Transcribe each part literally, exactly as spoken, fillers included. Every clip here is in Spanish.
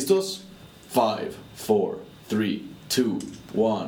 ¿Listos? five, four, three, two, one.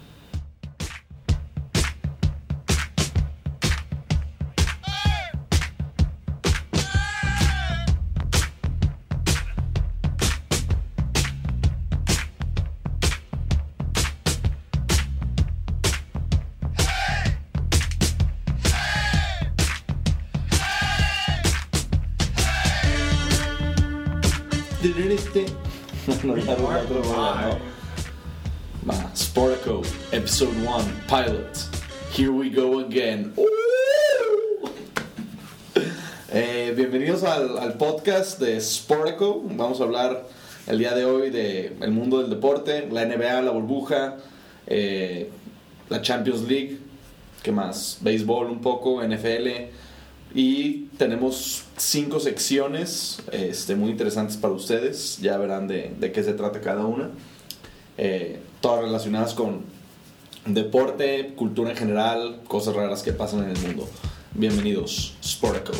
No, no, no, no. Va, Sportico, Episode one, Pilot. Here we go again. Eh, bienvenidos al, al podcast de Sportico. Vamos a hablar el día de hoy de el mundo del deporte, la N B A, la burbuja, eh, la Champions League, ¿qué más? Béisbol un poco, N F L. Y tenemos cinco secciones este, muy interesantes para ustedes. Ya verán de, de qué se trata cada una. Eh, todas relacionadas con deporte, cultura en general, cosas raras que pasan en el mundo. Bienvenidos, Sportico.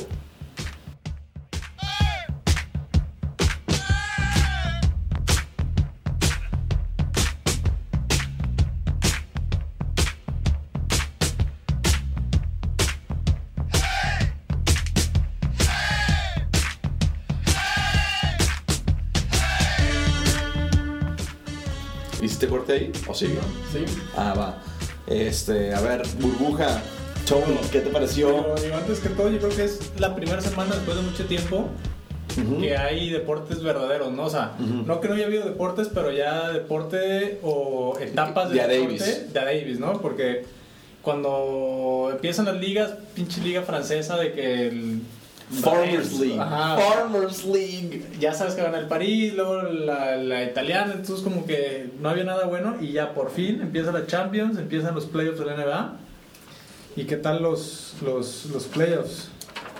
¿Hiciste corte ahí? ¿O sigue? Sí. Ah, va. Este, a ver, burbuja. Tony, ¿qué te pareció? Pero digo, antes que todo, yo creo que es la primera semana después de mucho tiempo uh-huh. que hay deportes verdaderos, ¿no? O sea, uh-huh. no que no haya habido deportes, pero ya deporte o etapas de, de deporte Davis. de a Davis, ¿no? Porque cuando empiezan las ligas, pinche liga francesa de que el Farmers League. Ajá. Farmers League. Ya sabes que gana el París, luego la, la italiana, entonces como que no había nada bueno y ya por fin empieza la Champions, empiezan los playoffs de la N B A. ¿Y qué tal los, los, los playoffs?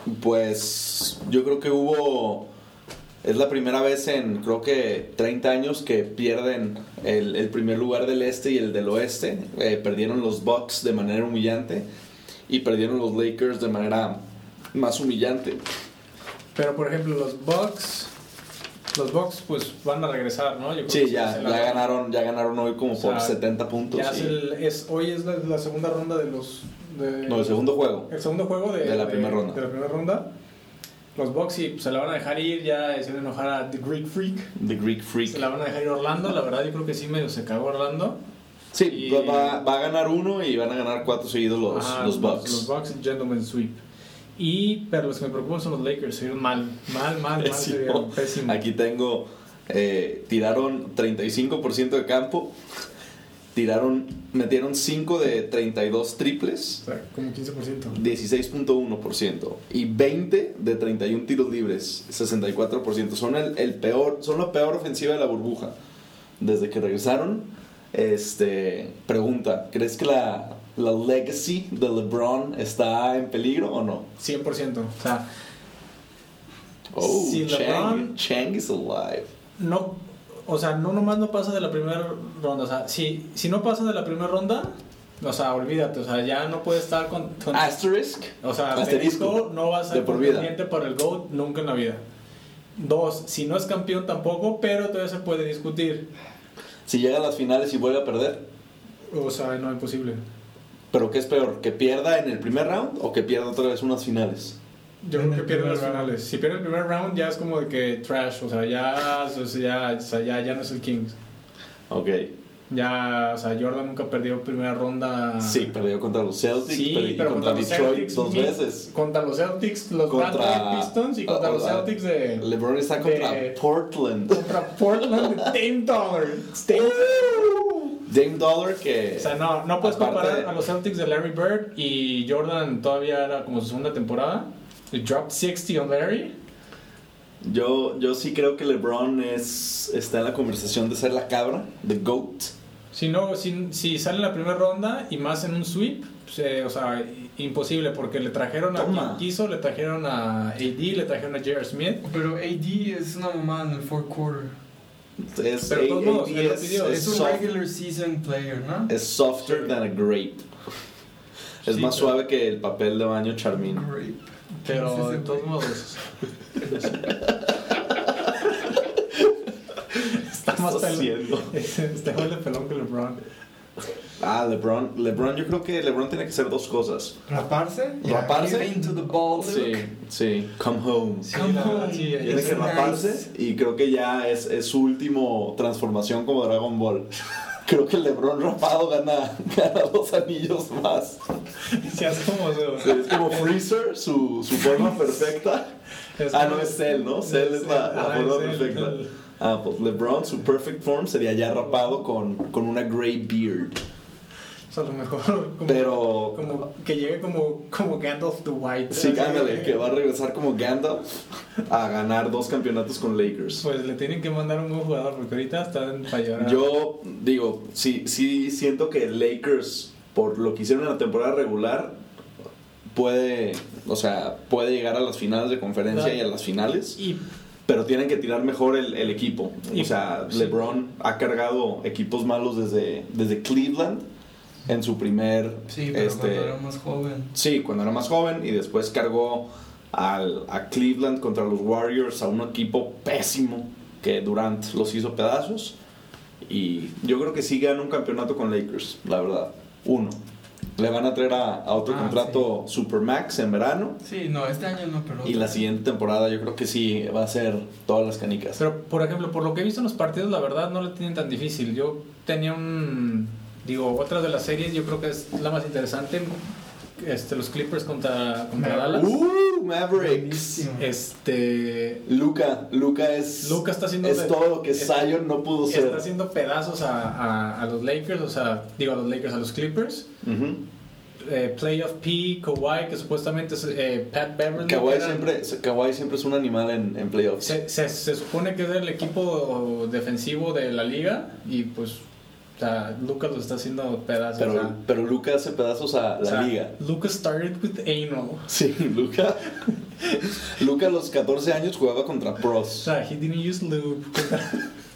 Pues yo creo que hubo... Es la primera vez en creo que treinta años que pierden el, el primer lugar del este y el del oeste. Eh, perdieron los Bucks de manera humillante y perdieron los Lakers de manera más humillante. Pero por ejemplo los Bucks los Bucks pues van a regresar, ¿no? Yo creo sí, que ya, ya ganaron ya ganaron hoy como o por sea, setenta puntos. Ya y... es el, es, hoy es la, la segunda ronda de los de, no, el segundo juego. El segundo juego de, de la de, primera ronda. De la primera ronda. Los Bucks sí, pues, se la van a dejar ir, ya se van a enojar a The Greek Freak. The Greek Freak. Se la van a dejar ir Orlando, la verdad yo creo que sí medio se cagó Orlando. Sí, y... va, va a ganar uno y van a ganar cuatro seguidos los, Ajá, los Bucks. Los, los Bucks en Gentleman Sweep. Y, pero los que me preocupan son los Lakers, se vieron mal, mal, mal, mal, se vieron pésimo. Aquí tengo, eh, tiraron treinta y cinco por ciento de campo, tiraron, metieron cinco de treinta y dos triples. O sea, como quince por ciento. dieciséis punto uno por ciento. Y veinte de treinta y uno tiros libres, sesenta y cuatro por ciento. Son el, el peor, son la peor ofensiva de la burbuja. Desde que regresaron, este, pregunta, ¿crees que la... ¿la legacy de LeBron está en peligro o no? cien por ciento. O sea, oh, si LeBron Chang, Chang is alive. No, o sea, no nomás no pasa de la primera ronda. O sea, si, si no pasa de la primera ronda, o sea, olvídate. O sea, ya no puede estar con. con Asterisk. O sea, asterisco. No va a ser contendiente para el GOAT nunca en la vida. Dos, si no es campeón tampoco, pero todavía se puede discutir. Si llega a las finales y vuelve a perder. O sea, no, imposible. ¿Pero qué es peor? ¿Que pierda en el primer round o que pierda otra vez unas finales? Yo creo que pierde las finales. Si pierde el primer round ya es como de que trash. O sea, ya, o sea, ya, o sea, ya, ya no es el Kings. Ok. Ya, o sea, Jordan nunca perdió primera ronda. Sí, perdió contra los Celtics, sí, perdió pero contra, contra Detroit Celtics, dos mi, veces. Contra los Celtics, los contra, Detroit Pistons y contra uh, los Celtics de... LeBron está contra de, Portland. Contra Portland de Dame Dollar. Dame, Dame Dollar que... O sea, no, no puedes comparar de... a los Celtics de Larry Bird y Jordan todavía era como su segunda temporada. He dropped sixty on Larry. Yo, yo sí creo que LeBron es, está en la conversación de ser la cabra, the GOAT. Si no, si, si sale en la primera ronda y más en un sweep, pues, eh, o sea, imposible, porque le trajeron a Toma. quien quiso, le trajeron a A D, le trajeron a J R. Smith. Pero A D es una mamá en el fourth quarter. Es, Pero de todos modos, él lo es, pidió. es, Es un soft, regular season player, ¿no? es softer than a grape. Es Sí, más pero- suave que el papel de baño Charmin. Grape. Pero Sí, sí, de todos sí. modos. Está ¿Qué más estás pelón. haciendo? Está igual de pelón que LeBron. Ah, LeBron. LeBron, yo creo que LeBron tiene que hacer dos cosas. ¿Raparse? ¿Raparse? Give into the ball Sí, look. sí. Come home. Sí, Come la verdad, on. sí, Tiene It's que nice. raparse y creo que ya es, es su último transformación como Dragon Ball. Creo que el LeBron rapado gana, gana dos anillos más. se hace como su... Sí, es como Freezer, su, su forma perfecta. es Ah, como- no, es Cell, ¿no? Cell es la, la Ah, forma es el- perfecta. el- Ah, pues LeBron, su perfect form sería ya rapado con, con una grey beard. O sea, a lo mejor como, Pero... como que llegue como, como Gandalf the White. Sí, así. ándale, que va a regresar como Gandalf a ganar dos campeonatos con Lakers. Pues le tienen que mandar un buen jugador porque ahorita están para llorar. Yo digo, sí, sí siento que Lakers, por lo que hicieron en la temporada regular, puede, o sea, puede llegar a las finales de conferencia Claro. y a las finales, Y pero tienen que tirar mejor el, el equipo. Y- O sea, sí. LeBron ha cargado equipos malos desde, desde Cleveland en su primer... Sí, pero este, cuando era más joven. Sí, cuando era más joven y después cargó al, a Cleveland contra los Warriors, a un equipo pésimo que Durant los hizo pedazos. Y yo creo que sí gana un campeonato con Lakers, la verdad. Uno. Le van a traer a, a otro Ah, contrato Supermax en verano. Sí, no, este año no, pero... Y la siguiente temporada yo creo que sí va a ser todas las canicas. Pero, por ejemplo, por lo que he visto en los partidos, la verdad no lo tienen tan difícil. Yo tenía un... Digo, otra de las series, yo creo que es la más interesante. Este, los Clippers contra, contra Dallas. ¡Uh! Mavericks. Buenísimo. Este... Luca. Luca es, Luka está haciendo... es de- todo lo que es- Zion no pudo ser. Está haciendo pedazos a, a, a los Lakers, o sea, digo a los Lakers, a los Clippers. Ujú. Eh, Playoff P, Kawhi, que supuestamente es eh, Pat Beverly. Kawhi que era- siempre, Kawhi siempre es un animal en, en playoffs. Se, se, se supone que es el equipo defensivo de la liga y pues, o sea, Lucas lo está haciendo pedazos. Pero, o sea, pero Luca hace pedazos a la o sea, liga. Lucas started with anal. Sí, Luca. Luca a los catorce años jugaba contra O pros. sea, he didn't use lube contra,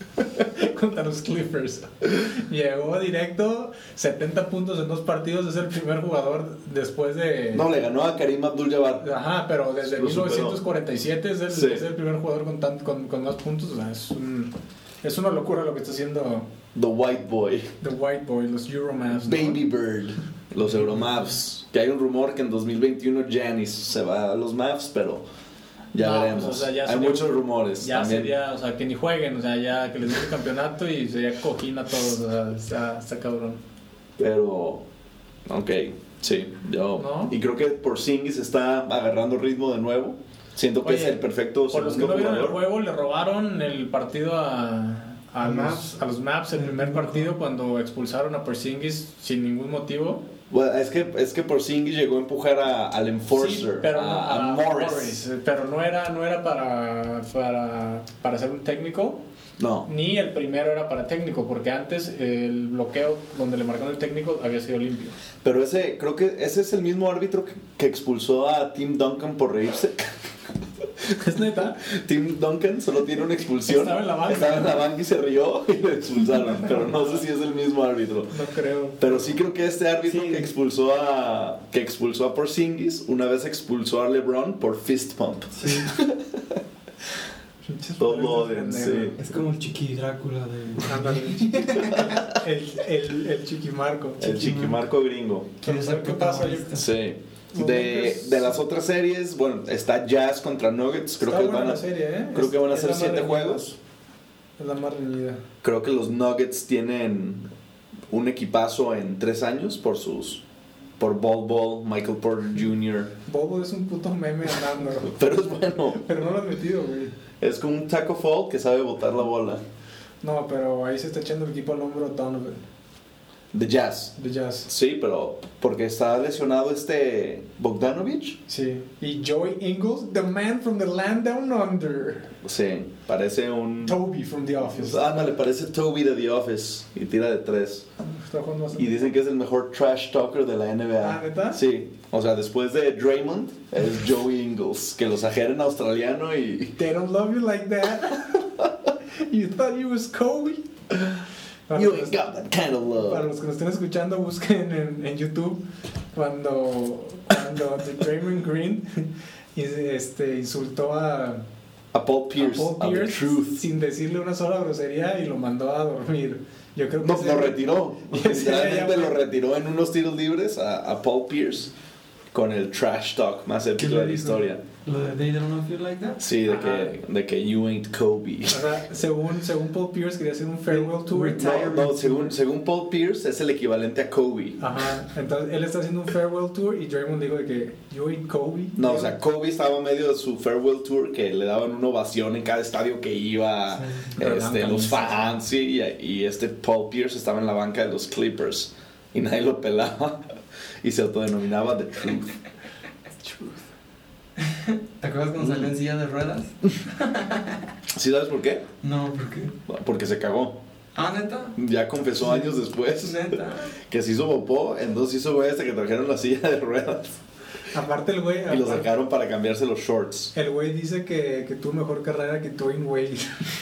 contra los Clippers. Llegó directo, setenta puntos en dos partidos, es el primer jugador después de... No, le ganó a Karim Abdul-Jabbar. Ajá, pero desde Lo mil superó. novecientos cuarenta y siete es el, Sí. es el primer jugador con, tan, con, con más puntos. O sea, es, un, es una locura lo que está haciendo The White Boy. The White Boy, los Euromavs, ¿no? Baby Bird. Los Euromavs. Que hay un rumor que en dos mil veintiuno Giannis se va a los Mavs, pero ya No, veremos. pues, o sea, ya hay sería- muchos rumores. Ya también. sería, o sea, que ni jueguen, o sea, ya que les den el campeonato y sería cojín a todos, o sea, está, está cabrón. Pero, ok, sí, yo. ¿No? Y creo que Porzingis está agarrando ritmo de nuevo. Siento que Oye, es el perfecto Por los que segundo no vieron el jugador. juego, le robaron el partido a, a, Los los, Mavs. a los Mavs, el primer partido cuando expulsaron a Porzingis sin ningún motivo. Bueno, es que, es que Porzingis llegó a empujar a- al enforcer, Sí, pero a, no- a a Morris. Pero no era, no era para, para, para ser un técnico, No, ni el primero era para técnico, porque antes el bloqueo donde le marcaron el técnico había sido limpio. pero ese, creo que ese es el mismo árbitro que, que expulsó a Tim Duncan por reírse. ¿Es neta? Tim Duncan solo tiene una expulsión. Estaba en la banca. Estaba en la banca y se rió y lo expulsaron. Pero no sé si es el mismo árbitro. No creo. Pero sí creo que este árbitro Sí. que expulsó a que expulsó a Porzingis una vez expulsó a LeBron por fist pump. Sí, Todos lo odian, sí. es como el chiqui Drácula de... Ándale. el, el, el chiquimarco. El chiquimarco gringo. ¿Quién Pero ¿qué pasa? Yo- Sí. Los De, Lakers- de las otras series, bueno, está Jazz contra Nuggets. Creo Está que buena van a, la serie, ¿eh? creo Es- que van a es ser la más siete reñida. juegos. Es la más reñida. Creo que los Nuggets tienen un equipazo en tres años por sus por Ball Ball, Michael Porter junior Bobo es un puto meme andando. Pero es bueno. Pero no lo has metido, güey. Es como un taco fall que sabe botar la bola. No, pero ahí se está echando el equipo al hombro Donovan, De Jazz. de Jazz. Sí, pero porque está lesionado este Bogdanovich. Sí. Y Joey Ingles, the man from the land down under. Sí, parece un... Toby from The Office. Ah, no, le parece Toby de The Office y tira de tres. Está jugando bastante. Y dicen que es el mejor trash talker de la N B A. Ah, ¿neta? Sí, o sea, después de Draymond es Joey Ingles, que lo exagera en australiano y... They don't love you like that. You thought you was Kobe. Para You los- ain't got that kind of Para love. los que nos estén escuchando, busquen en, en YouTube cuando, cuando The Draymond Green y, este, insultó a, a Paul Pierce, a Paul a The Pierce Truth. sin decirle una sola grosería y lo mandó a dormir. Yo creo que No, ese- lo retiró. ese ya Literalmente fue- lo retiró en unos tiros libres a, a Paul Pierce con el trash talk más épico ¿Qué de le la dijo? historia. Lo de They Don't Know Feel Like That. Sí, de Ajá. que, de que you ain't Kobe. O sea, según, según Paul Pierce quería hacer un farewell tour. Retire- No, no, según, según Paul Pierce es el equivalente a Kobe. Ajá, entonces él está haciendo un farewell tour y Draymond dijo de que you ain't Kobe. No, o sea, Kobe estaba en medio de su farewell tour que le daban una ovación en cada estadio que iba, Sí. este, los fans, sí, y, y este Paul Pierce estaba en la banca de los Clippers y nadie lo pelaba y se autodenominaba The Truth. ¿Te acuerdas cuando salió en silla de ruedas? ¿Sí sabes por qué? No, ¿por qué? Porque se cagó. Ah, neta. Ya confesó años después Neta. que se hizo popó, entonces hizo güey hasta que trajeron la silla de ruedas Aparte el güey, y lo aparte- sacaron para cambiarse los shorts. el güey dice que, que tuvo mejor carrera que Dwayne Wade.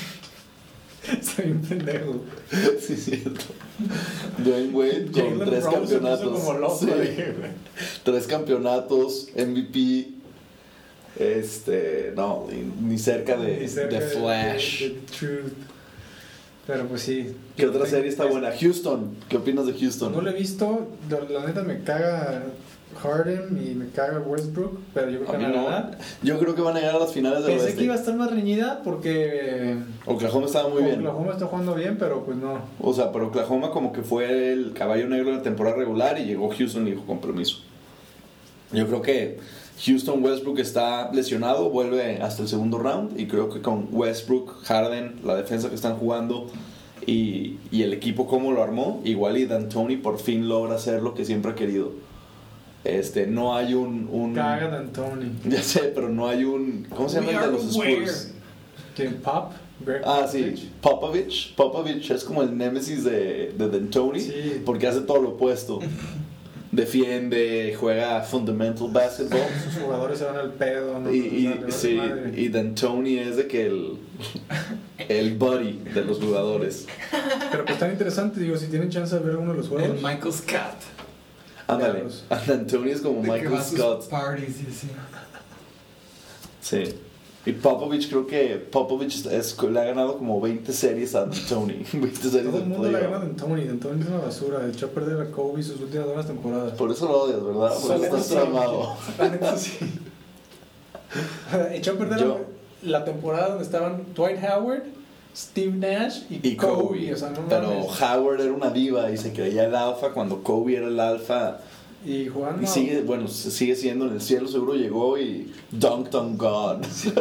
Está bien pendejo. Sí, es cierto. Dwayne Wade con Jalen tres Rose se puso campeonatos. como loco, Sí. dije, güey. Tres campeonatos, M V P. Este, no, ni, ni cerca de, Ni cerca de de- Flash. de- de Truth. Pero pues sí. ¿Qué otra serie está buena? Houston. ¿Qué opinas de Houston? No lo he visto. La, la neta me caga Harden y me caga Westbrook. Pero yo creo A que mí van a no. ganar. Yo creo que van a llegar a las finales del Pensé que iba a oeste. estar más reñida porque Oklahoma estaba muy bien. Oklahoma está jugando bien, pero pues no. O sea, pero Oklahoma como que fue el caballo negro de la temporada regular y llegó Houston y dijo compromiso. Yo creo que Houston Westbrook está lesionado, vuelve hasta el segundo round y creo que con Westbrook, Harden, la defensa que están jugando y, y el equipo como lo armó, igual y D'Antoni por fin logra hacer lo que siempre ha querido. Este, no hay un... un Caga D'Antoni. ya sé, pero no hay un... ¿Cómo se llama We el de are los aware. Spurs? ¿Quién? Pop. Greg Ah, Popovich. sí, Popovich. Popovich es como el némesis de, de D'Antoni Sí. porque hace todo lo opuesto. Defiende, juega fundamental basketball. Sus jugadores se van al pedo. ¿no? Y, O sea, y, le vale sí, madre. y D'Antoni es de que el, el buddy de los jugadores. Pero pues tan interesante, digo, si tienen chance de ver uno de los El juegos. Michael Scott. Ándale, Veamos. D'Antoni es como De que Michael va a sus Scott. parties y así. Sí. Y Popovich, creo que Popovich es, le ha ganado como veinte series a D'Antoni. veinte series Todo de el mundo le playoff. gana a D'Antoni. D'Antoni es una basura. Echó a perder a Kobe sus últimas buenas temporadas. Por eso lo odias, ¿verdad? Por eso estás Sí. tramado. La neta sí. Echó a perder Yo- la temporada donde estaban Dwight Howard, Steve Nash y, Y Kobe. Kobe. O sea, no Pero mames. Howard era una diva y se creía el alfa cuando Kobe era el alfa. Y jugando. Y sigue, bueno, se- sigue siendo en el cielo, seguro llegó y dunked on God.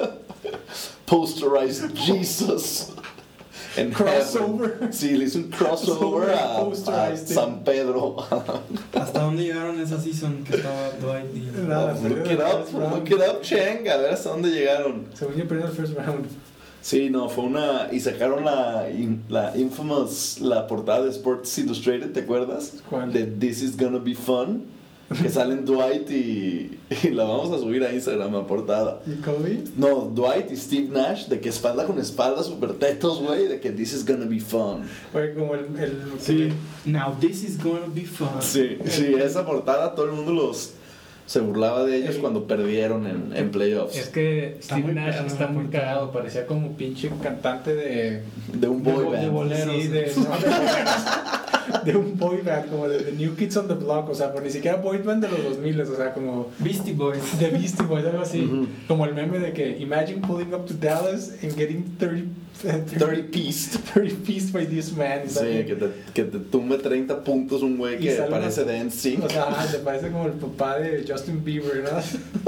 Posterized Jesus. En Crossover. heaven. Sí, le hizo un crossover a, a Posterized. San Pedro. ¿Hasta dónde llegaron esa season que estaba Dwight y... Nada, look perdió it el up, first round. look it up, Cheng, a ver hasta dónde llegaron. Según yo, perdió el first round. Sí, no, fue una... Y sacaron la, in- la infamous, la portada de Sports Illustrated, ¿te acuerdas? ¿Cuál? De This is Gonna Be Fun. Que salen Dwight y, y la vamos a subir a Instagram a portada. ¿Y Kobe? No, Dwight y Steve Nash, de que espalda con espalda, super tetos, güey, de que This is Gonna Be Fun. Fue como el. el Sí. Now this is gonna be fun. Sí, sí, esa portada todo el mundo los... Se burlaba de ellos El- cuando perdieron en, en playoffs. Es que Está Steve muy Nash perro, está ¿no? muy cagado. Parecía como pinche cantante de. De un De boy bo- de band. boleros. Sí, de, no, de, boleros. De un boy band, como de The New Kids on the Block. O sea, pero ni siquiera boy band de los dos mil, o sea, como. Beastie Boys. De Beastie Boys, algo así. Ujú. Como el meme de que imagine pulling up to Dallas and getting thirty, thirty piece. thirty piece by this man. Y Sí, sale- que te, que te tumbe treinta puntos un güey Y que sale parece una- de N Sync. O sea, te parece como el papá de Justin Bieber, ¿no?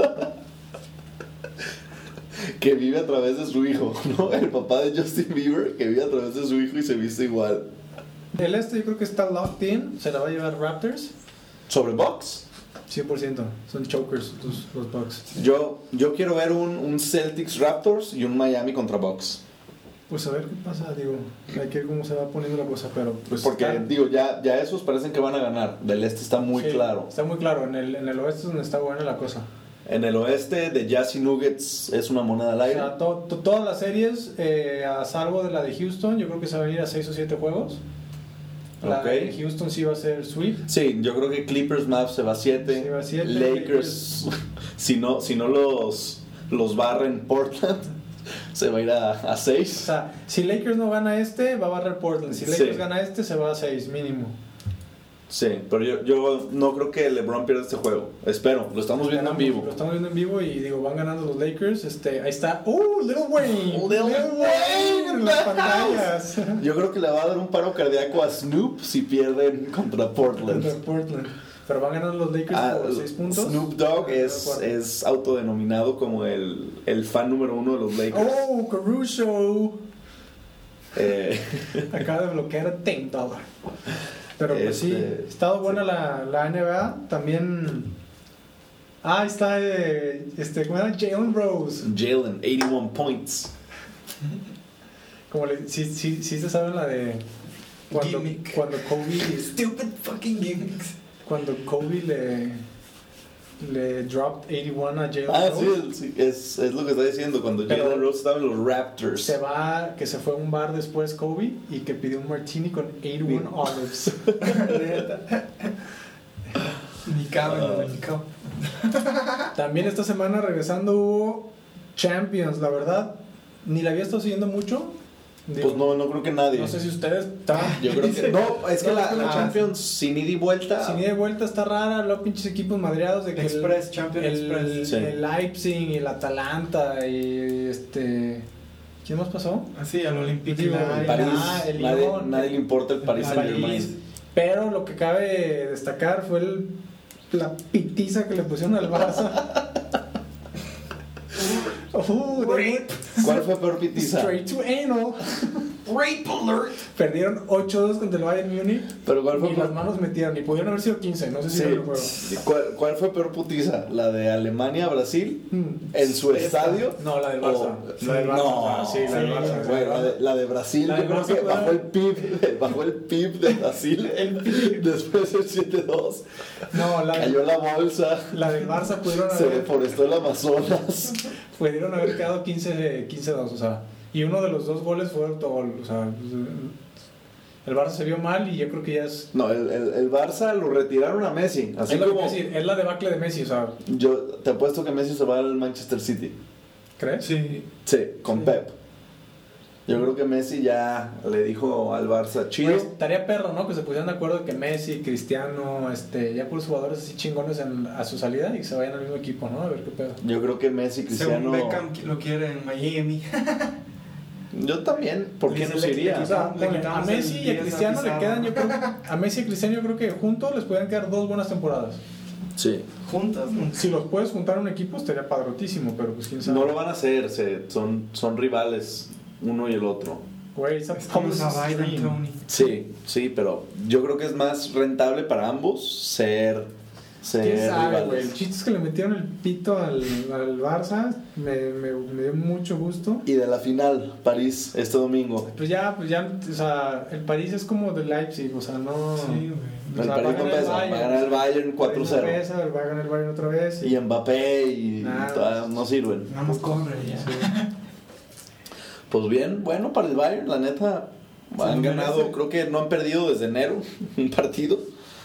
Que vive a través de su hijo, ¿no? El papá de Justin Bieber que vive a través de su hijo y se viste igual. El este yo creo que está locked in. Se la va a llevar Raptors. ¿Sobre Bucks? cien por ciento. Son chokers los, los Bucks. Yo, yo quiero ver un, un Celtics Raptors y un Miami contra Bucks. Pues a ver qué pasa, digo. Hay que ver cómo se va poniendo la cosa, pero pues. Porque, está- digo, ya, ya esos parecen que van a ganar. Del este está muy sí, claro. Está muy claro. En el, en el oeste es donde está buena la cosa. En el oeste, de Jazz y Nuggets es una moneda al O aire. sea, to- to- todas las series, eh, a salvo de la de Houston, yo creo que se van a ir a seis o siete juegos. La Ok. de Houston sí va a ser sweep. Sí, yo creo que Clippers Mavs se va a siete. Se va a siete, Lakers, si no, si no los, los barren Portland, se va a ir a seis. O sea, si Lakers no gana este, va a barrer Portland. Si Lakers Sí. gana este, se va a seis mínimo. Sí, pero yo, yo no creo que LeBron pierda este juego. Espero, lo estamos viendo en vivo. Lo estamos viendo en vivo y digo, van ganando los Lakers. Este, ahí está. ¡Uh! Little Wayne. Lil Wayne en las pantallas. Yo creo que le va a dar un paro cardíaco a Snoop si pierden contra Portland. Contra Portland. Pero van ganando los Lakers Ah, por seis puntos. Snoop Dogg Ah, es, de acuerdo. es autodenominado como el, el fan número uno de los Lakers. ¡Oh! Caruso. Eh, Acaba de bloquear a ten dólares. Pero pues sí, Este, ha estado buena sí. la, la N B A. También. Ah, ahí está. Eh, este, ¿cómo era? Jalen Rose. Jalen, ochenta y uno points. Como le. Sí, sí, sí se sabe la de. Cuando, Gimmick. cuando Kobe. Stupid fucking gimmicks. Cuando Kobe le. Le dropped ochenta y uno a Jalen Ah, Rose. sí, sí, es, es lo que está diciendo. Cuando Pero- Jalen Rose estaba en los Raptors. Se va, que se fue a un bar después Kobe y que pidió un martini con ochenta y uno olives. Ni cabe, Ah. ni cabe. También esta semana regresando hubo Champions, la verdad, ni la había estado siguiendo mucho. Digo, Pues no, no creo que nadie. no sé si ustedes estaban. Yo creo que. No, es que No, la, es que la la- Champions sin ida y vuelta. Sin ida de vuelta está rara, los pinches equipos madreados de que Express, el, Champions el, Express. Sí. el Leipzig y el Atalanta y este. ¿Quién más pasó? Así, al Olympique. Digo, la- el París. Ah, el nadie, Lyon. nadie le importa el París El Saint París. Germain. Pero lo que cabe destacar fue el, la pitiza que le pusieron al Barça. Uh, Rape. ¿Cuál fue peor pitiza? Straight to anal. Rape alert. Perdieron ocho dos contra el Bayern Múnich. Pero ¿cuál fue Y peor? las manos metieron. Y pudieron haber sido quince. No sé si Sí. vieron el juego. ¿Cuál, cuál fue peor putiza? ¿La de Alemania Brasil? Hmm. ¿En su Esta. estadio? No, la del Barça. O- La del Barça. No, Ah, sí, la del sí, Barça. Güey, la, de, la de Brasil, La yo del creo Barça que fue- bajó el P I B, bajó el P I B de Brasil después del siete dos. No, la, Cayó la bolsa, la del Barça pudieron se haber, deforestó el Amazonas. pudieron haber quedado quince dos. O sea, y uno de los dos goles fue autogol. O sea, el Barça se vio mal y yo creo que ya es. No, el, el, el Barça lo retiraron a Messi. Así es, lo que como te iba a decir, es la debacle de Messi. O sea, yo te apuesto que Messi se va al Manchester City. ¿crees? Sí. Sí, con Sí. Pep. Yo creo que Messi ya le dijo al Barça, chido. Pues, estaría perro, ¿no? Que se pusieran de acuerdo que Messi, Cristiano, este, ya por los jugadores así chingones en- a su salida y que se vayan al mismo equipo, ¿no? A ver qué pedo. Yo creo que Messi, Cristiano. Según Beckham lo quiere en Miami. Yo también, ¿por qué Le- no le- se iría? le O sea, Le ponle, a quitamos Messi el y a diez a Cristiano le Pizarro. quedan, yo creo, a Messi y a Cristiano yo creo que juntos les pueden quedar dos buenas temporadas. Sí. Juntas, nunca. Si los puedes juntar en un equipo estaría padrotísimo, pero pues quién sabe. No lo van a hacer, se, son, son rivales uno y el otro. Güey, esa Estamos a public Biden, stream. Tony. Sí, sí, pero yo creo que es más rentable para ambos ser, ser ¿Quién sabe, güey? rivales. El chiste es que le metieron el pito al, al Barça, me, me, me dio mucho gusto. Y de la final, París, este domingo. Pues ya, pues ya, o sea, el París es como de Leipzig, o sea, no... Sí, güey. O El sea, París va a no ganar el pesa, va a Bayern. ganar el Bayern cuatro El París no cero. pesa, va a ganar el Bayern otra vez. Y Mbappé y Nada. todas no sirven. Nada más corre ya. Sí. Pues bien, bueno, para el Bayern, la neta, Se han lo ganado, merece. creo que no han perdido desde enero un partido.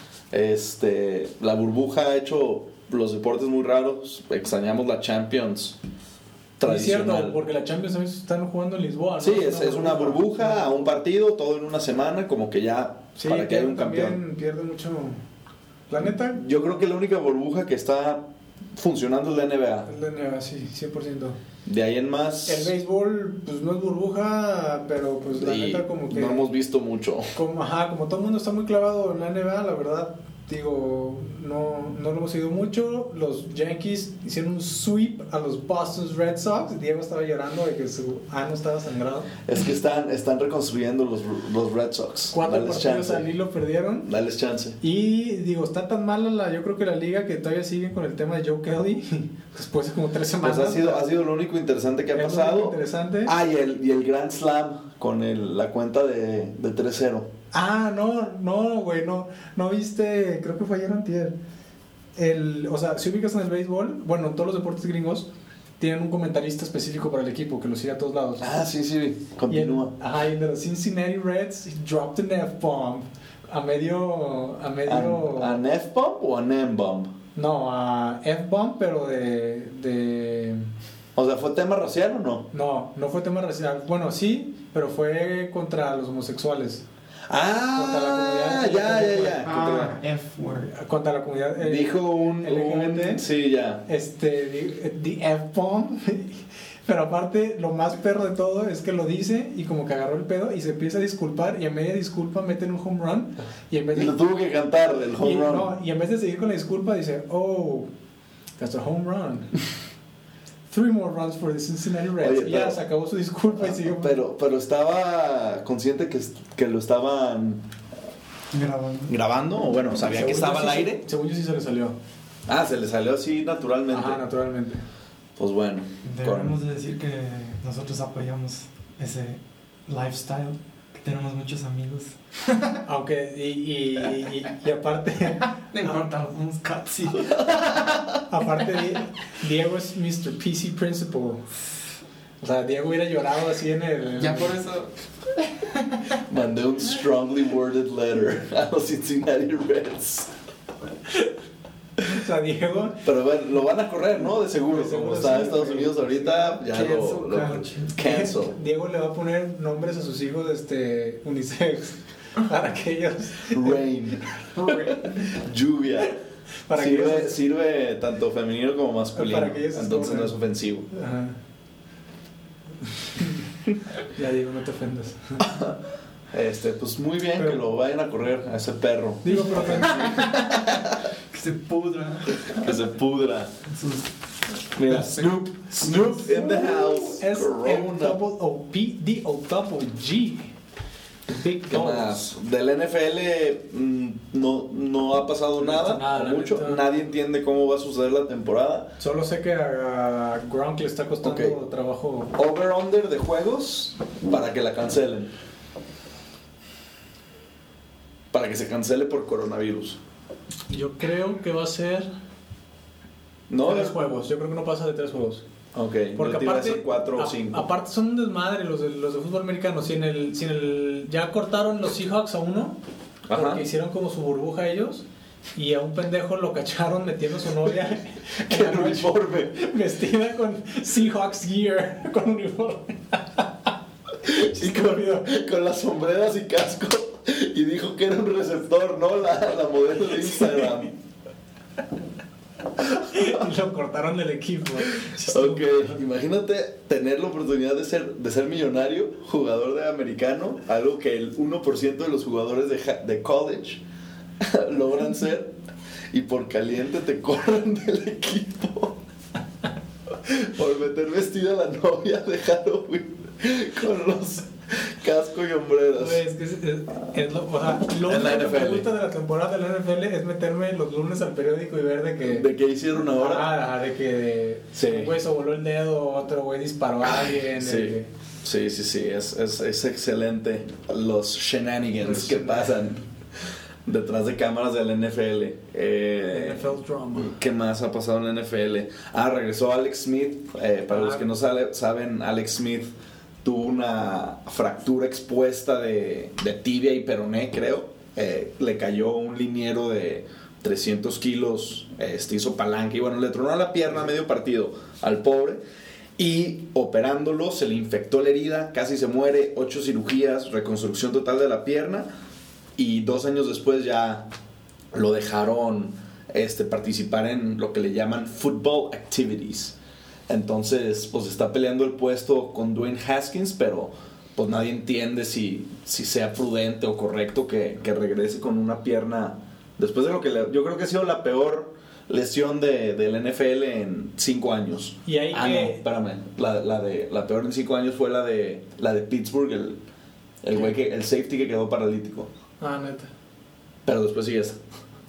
Este, la burbuja ha hecho los deportes muy raros, extrañamos la Champions Es tradicional. cierto, porque la Champions a veces están jugando en Lisboa, ¿no? Sí, es, es una burbuja a un partido, todo en una semana, como que ya Sí, para que haya un también campeón. pierde mucho. La neta, Yo creo que la única burbuja que está funcionando es la N B A. el N B A, sí, cien por ciento. De ahí en más, El béisbol, pues no es burbuja, pero pues la y neta como que... no hemos visto mucho. Como, ajá, como todo el mundo está muy clavado en la N B A, la verdad, digo, no, no lo hemos seguido mucho. Los Yankees hicieron un sweep a los Boston Red Sox. Diego estaba llorando de que su ano estaba sangrado. Es que están, están reconstruyendo los, los Red Sox. Cuatro Dales partidos chance. al hilo perdieron. Dales chance. Y digo, está tan mala la, yo creo que la liga que todavía siguen con el tema de Joe Kelly. Después de como tres Pues semanas. ha sido, ha sido lo único interesante que ha Es lo pasado. único interesante. Ah, y el, y el Grand Slam con el, la cuenta de, de tres cero. Ah, no, no, güey, no, no viste, creo que fue ayer o antier. El, o sea, si ubicas en el béisbol, bueno, en todos los deportes gringos tienen un comentarista específico para el equipo que lo sigue a todos lados. Ah, sí, sí, Y el, continúa. ajá, y el de los Cincinnati Reds, he dropped an F-bomb a medio, a medio, ¿An, an F-bomb o an M-bomb? no, a F-bomb, pero de, de, O sea, ¿fue tema racial o no? No, no fue tema racial. Bueno, sí, pero fue contra los homosexuales. Ah, Contra la ya, comunidad ya, ya. Ah, F-word. Contra la comunidad. eh, Dijo un, L G B T. un- Sí, ya. Este, the, the F-bomb. Pero aparte, lo más perro de todo es que lo dice y como que agarró el pedo y se empieza a disculpar y a media disculpa meten un home run y en vez Y de, lo tuvo que cantar el home y, run. no, y en vez de seguir con la disculpa dice, oh, that's a home run. Three more runs for the Cincinnati Reds. Oye, y ya pero- se acabó su disculpa y siguió. Pero, pero estaba consciente que, que lo estaban Grabando. grabando, o bueno, sabía que Según estaba yo al sí se- aire. Según yo sí se le salió. Ah, se le salió así naturalmente. Ajá, naturalmente. Pues bueno. Debemos con- de decir que nosotros apoyamos ese lifestyle, que tenemos muchos amigos. Aunque, y, y, y, y aparte, No importa, unos cats, sí. aparte, Di- Diego es mister P C Principal. O sea, Diego hubiera llorado así en el. Ya por eso. Mandé un strongly worded letter a los Cincinnati Reds. O sea, Diego. Pero bueno, lo van a correr, ¿no? De seguro. De seguro Como está en sí, Estados güey. Unidos ahorita, ya lo, Cancel lo culture. cancel. Diego le va a poner nombres a sus hijos este, unisex. Para que ellos. Rain, lluvia. Para que sirve, ellos- sirve tanto femenino como masculino. Para que ellos Entonces escojan. no es ofensivo. Ajá. Ya Diego, no te ofendas. Este, pues muy bien Pero- que lo vayan a correr a ese perro. Digo, pero Que se pudra. Que se pudra. Sus Mira, Snoop, Snoop in the house. es el Corona. double O P, D O double G. Big ¿Qué Dogs. más? Del N F L mm, no, no ha pasado No nada, está nada, o la mucho. neta. Nadie entiende cómo va a suceder la temporada. Solo sé que a Gronk le está costando Ok. trabajo. Over-under de juegos para que la cancelen. Para que se cancele por coronavirus. Yo creo que va a ser No, tres juegos. Yo creo que no pasa de tres juegos. Ok, Porque yo te iba a aparte, decir cuatro o a- cinco. aparte son un desmadre los de, los de fútbol americano. Si en el, si en el, ya cortaron los Seahawks a uno, Ajá. porque hicieron como su burbuja ellos, y a un pendejo lo cacharon metiendo a su novia en ¡Qué la noche, uniforme! vestida con Seahawks gear, con uniforme. Y con, con las sombreras y casco. Y dijo que era un receptor, ¿no? La, la modelo de Instagram. Y lo cortaron del equipo. Ok, imagínate tener la oportunidad de ser, de ser millonario, jugador de americano, algo que el uno por ciento de los jugadores de, ja- de college logran ser, y por caliente te corren del equipo por meter vestida a la novia de Halloween con los casco y hombreras. Güey, es que es, es- es lo, o sea, lo En la único que N F L. me gusta de la temporada de la N F L es meterme los lunes al periódico y ver de que. ¿De qué hicieron ahora? Ah, de que Sí. un güey se voló el dedo, otro güey disparó a alguien. de Sí, que- sí, sí, sí, es, es, es excelente los shenanigans Los que shenanigans. pasan detrás de cámaras de la N F L. Eh, N F L drama. ¿Qué más ha pasado en la N F L? Ah, regresó Alex Smith. Eh, para Ah. los que no sale- saben, Alex Smith tuvo una fractura expuesta de, de tibia y peroné, creo. Eh, le cayó un liniero de trescientos kilos, este, hizo palanca y bueno, le tronó la pierna a medio partido al pobre. Y operándolo se le infectó la herida, casi se muere, ocho cirugías, reconstrucción total de la pierna. Y dos años después ya lo dejaron este, participar en lo que le llaman football activities. Entonces, pues está peleando el puesto con Dwayne Haskins, pero pues nadie entiende si, si sea prudente o correcto que, que regrese con una pierna. Después de lo que le- yo creo que ha sido la peor lesión de, del N F L en cinco años. Y ahí ah, que- no, espérame. La, la, de, la peor en cinco años fue la de, la de Pittsburgh, el, el, güey que, el safety que quedó paralítico. Ah, neta. Pero después sigue esta.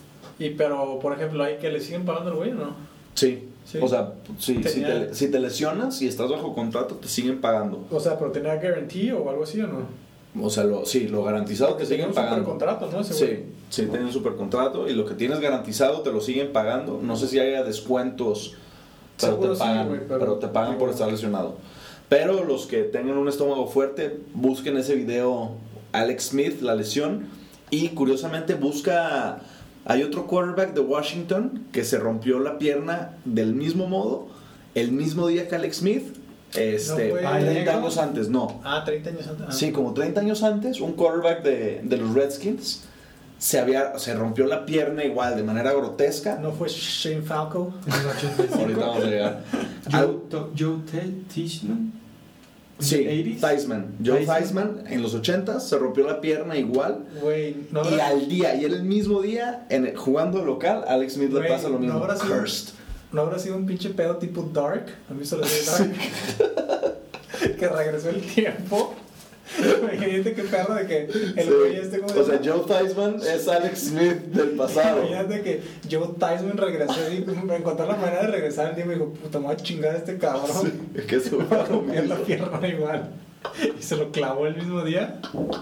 Y pero, por ejemplo, ¿hay que le siguen pagando el güey o no? Sí. Sí. O sea, sí, si, Tenía- te, si te lesionas y estás bajo contrato, te siguen pagando. O sea, pero tenía guarantee o algo así o no. O sea, lo, sí, lo garantizado Porque te tenía siguen un pagando. supercontrato, ¿no? Ese Sí, güey. sí, tienen un supercontrato y lo que tienes garantizado te lo siguen pagando. No sé si haya descuentos, pero Seguro te sí, pagan, güey, pero, pero- te pagan por igual. estar lesionado. Pero los que tengan un estómago fuerte, busquen ese video Alex Smith, la lesión, y curiosamente busca. Hay otro quarterback de Washington que se rompió la pierna del mismo modo el mismo día que Alex Smith, este, ¿No fue treinta Diego? años antes, no. Ah, treinta años antes. Ah. Sí, como treinta años antes, un quarterback de, de los Redskins se había se rompió la pierna igual, de manera grotesca. ¿No fue Shane Falco? En el ochenta y cinco. Ahorita vamos a llegar. Joe, Al- To- Joe Te- Tishman. Sí, eighties? Theismann. Joe Theismann. Theismann en los ochentas se rompió la pierna igual. Güey, no Y habrá- al día, y él el mismo día, en el- jugando local, Alex Smith le Güey, pasa lo ¿no mismo. habrá sido- Cursed. ¿No habrá sido un pinche pedo tipo Dark? ¿Han visto la serie Dark? Que regresó el tiempo. Imagínate qué perro de que el Sí. güey este como O sea, Joe Theismann es Alex Smith del pasado. Imagínate que Joe Tyson regresó y encontró la manera de regresar el día y me dijo, puta, me voy a chingar a este cabrón. Sí, que se Me va a romper la pierna igual. Y se lo clavó el mismo día.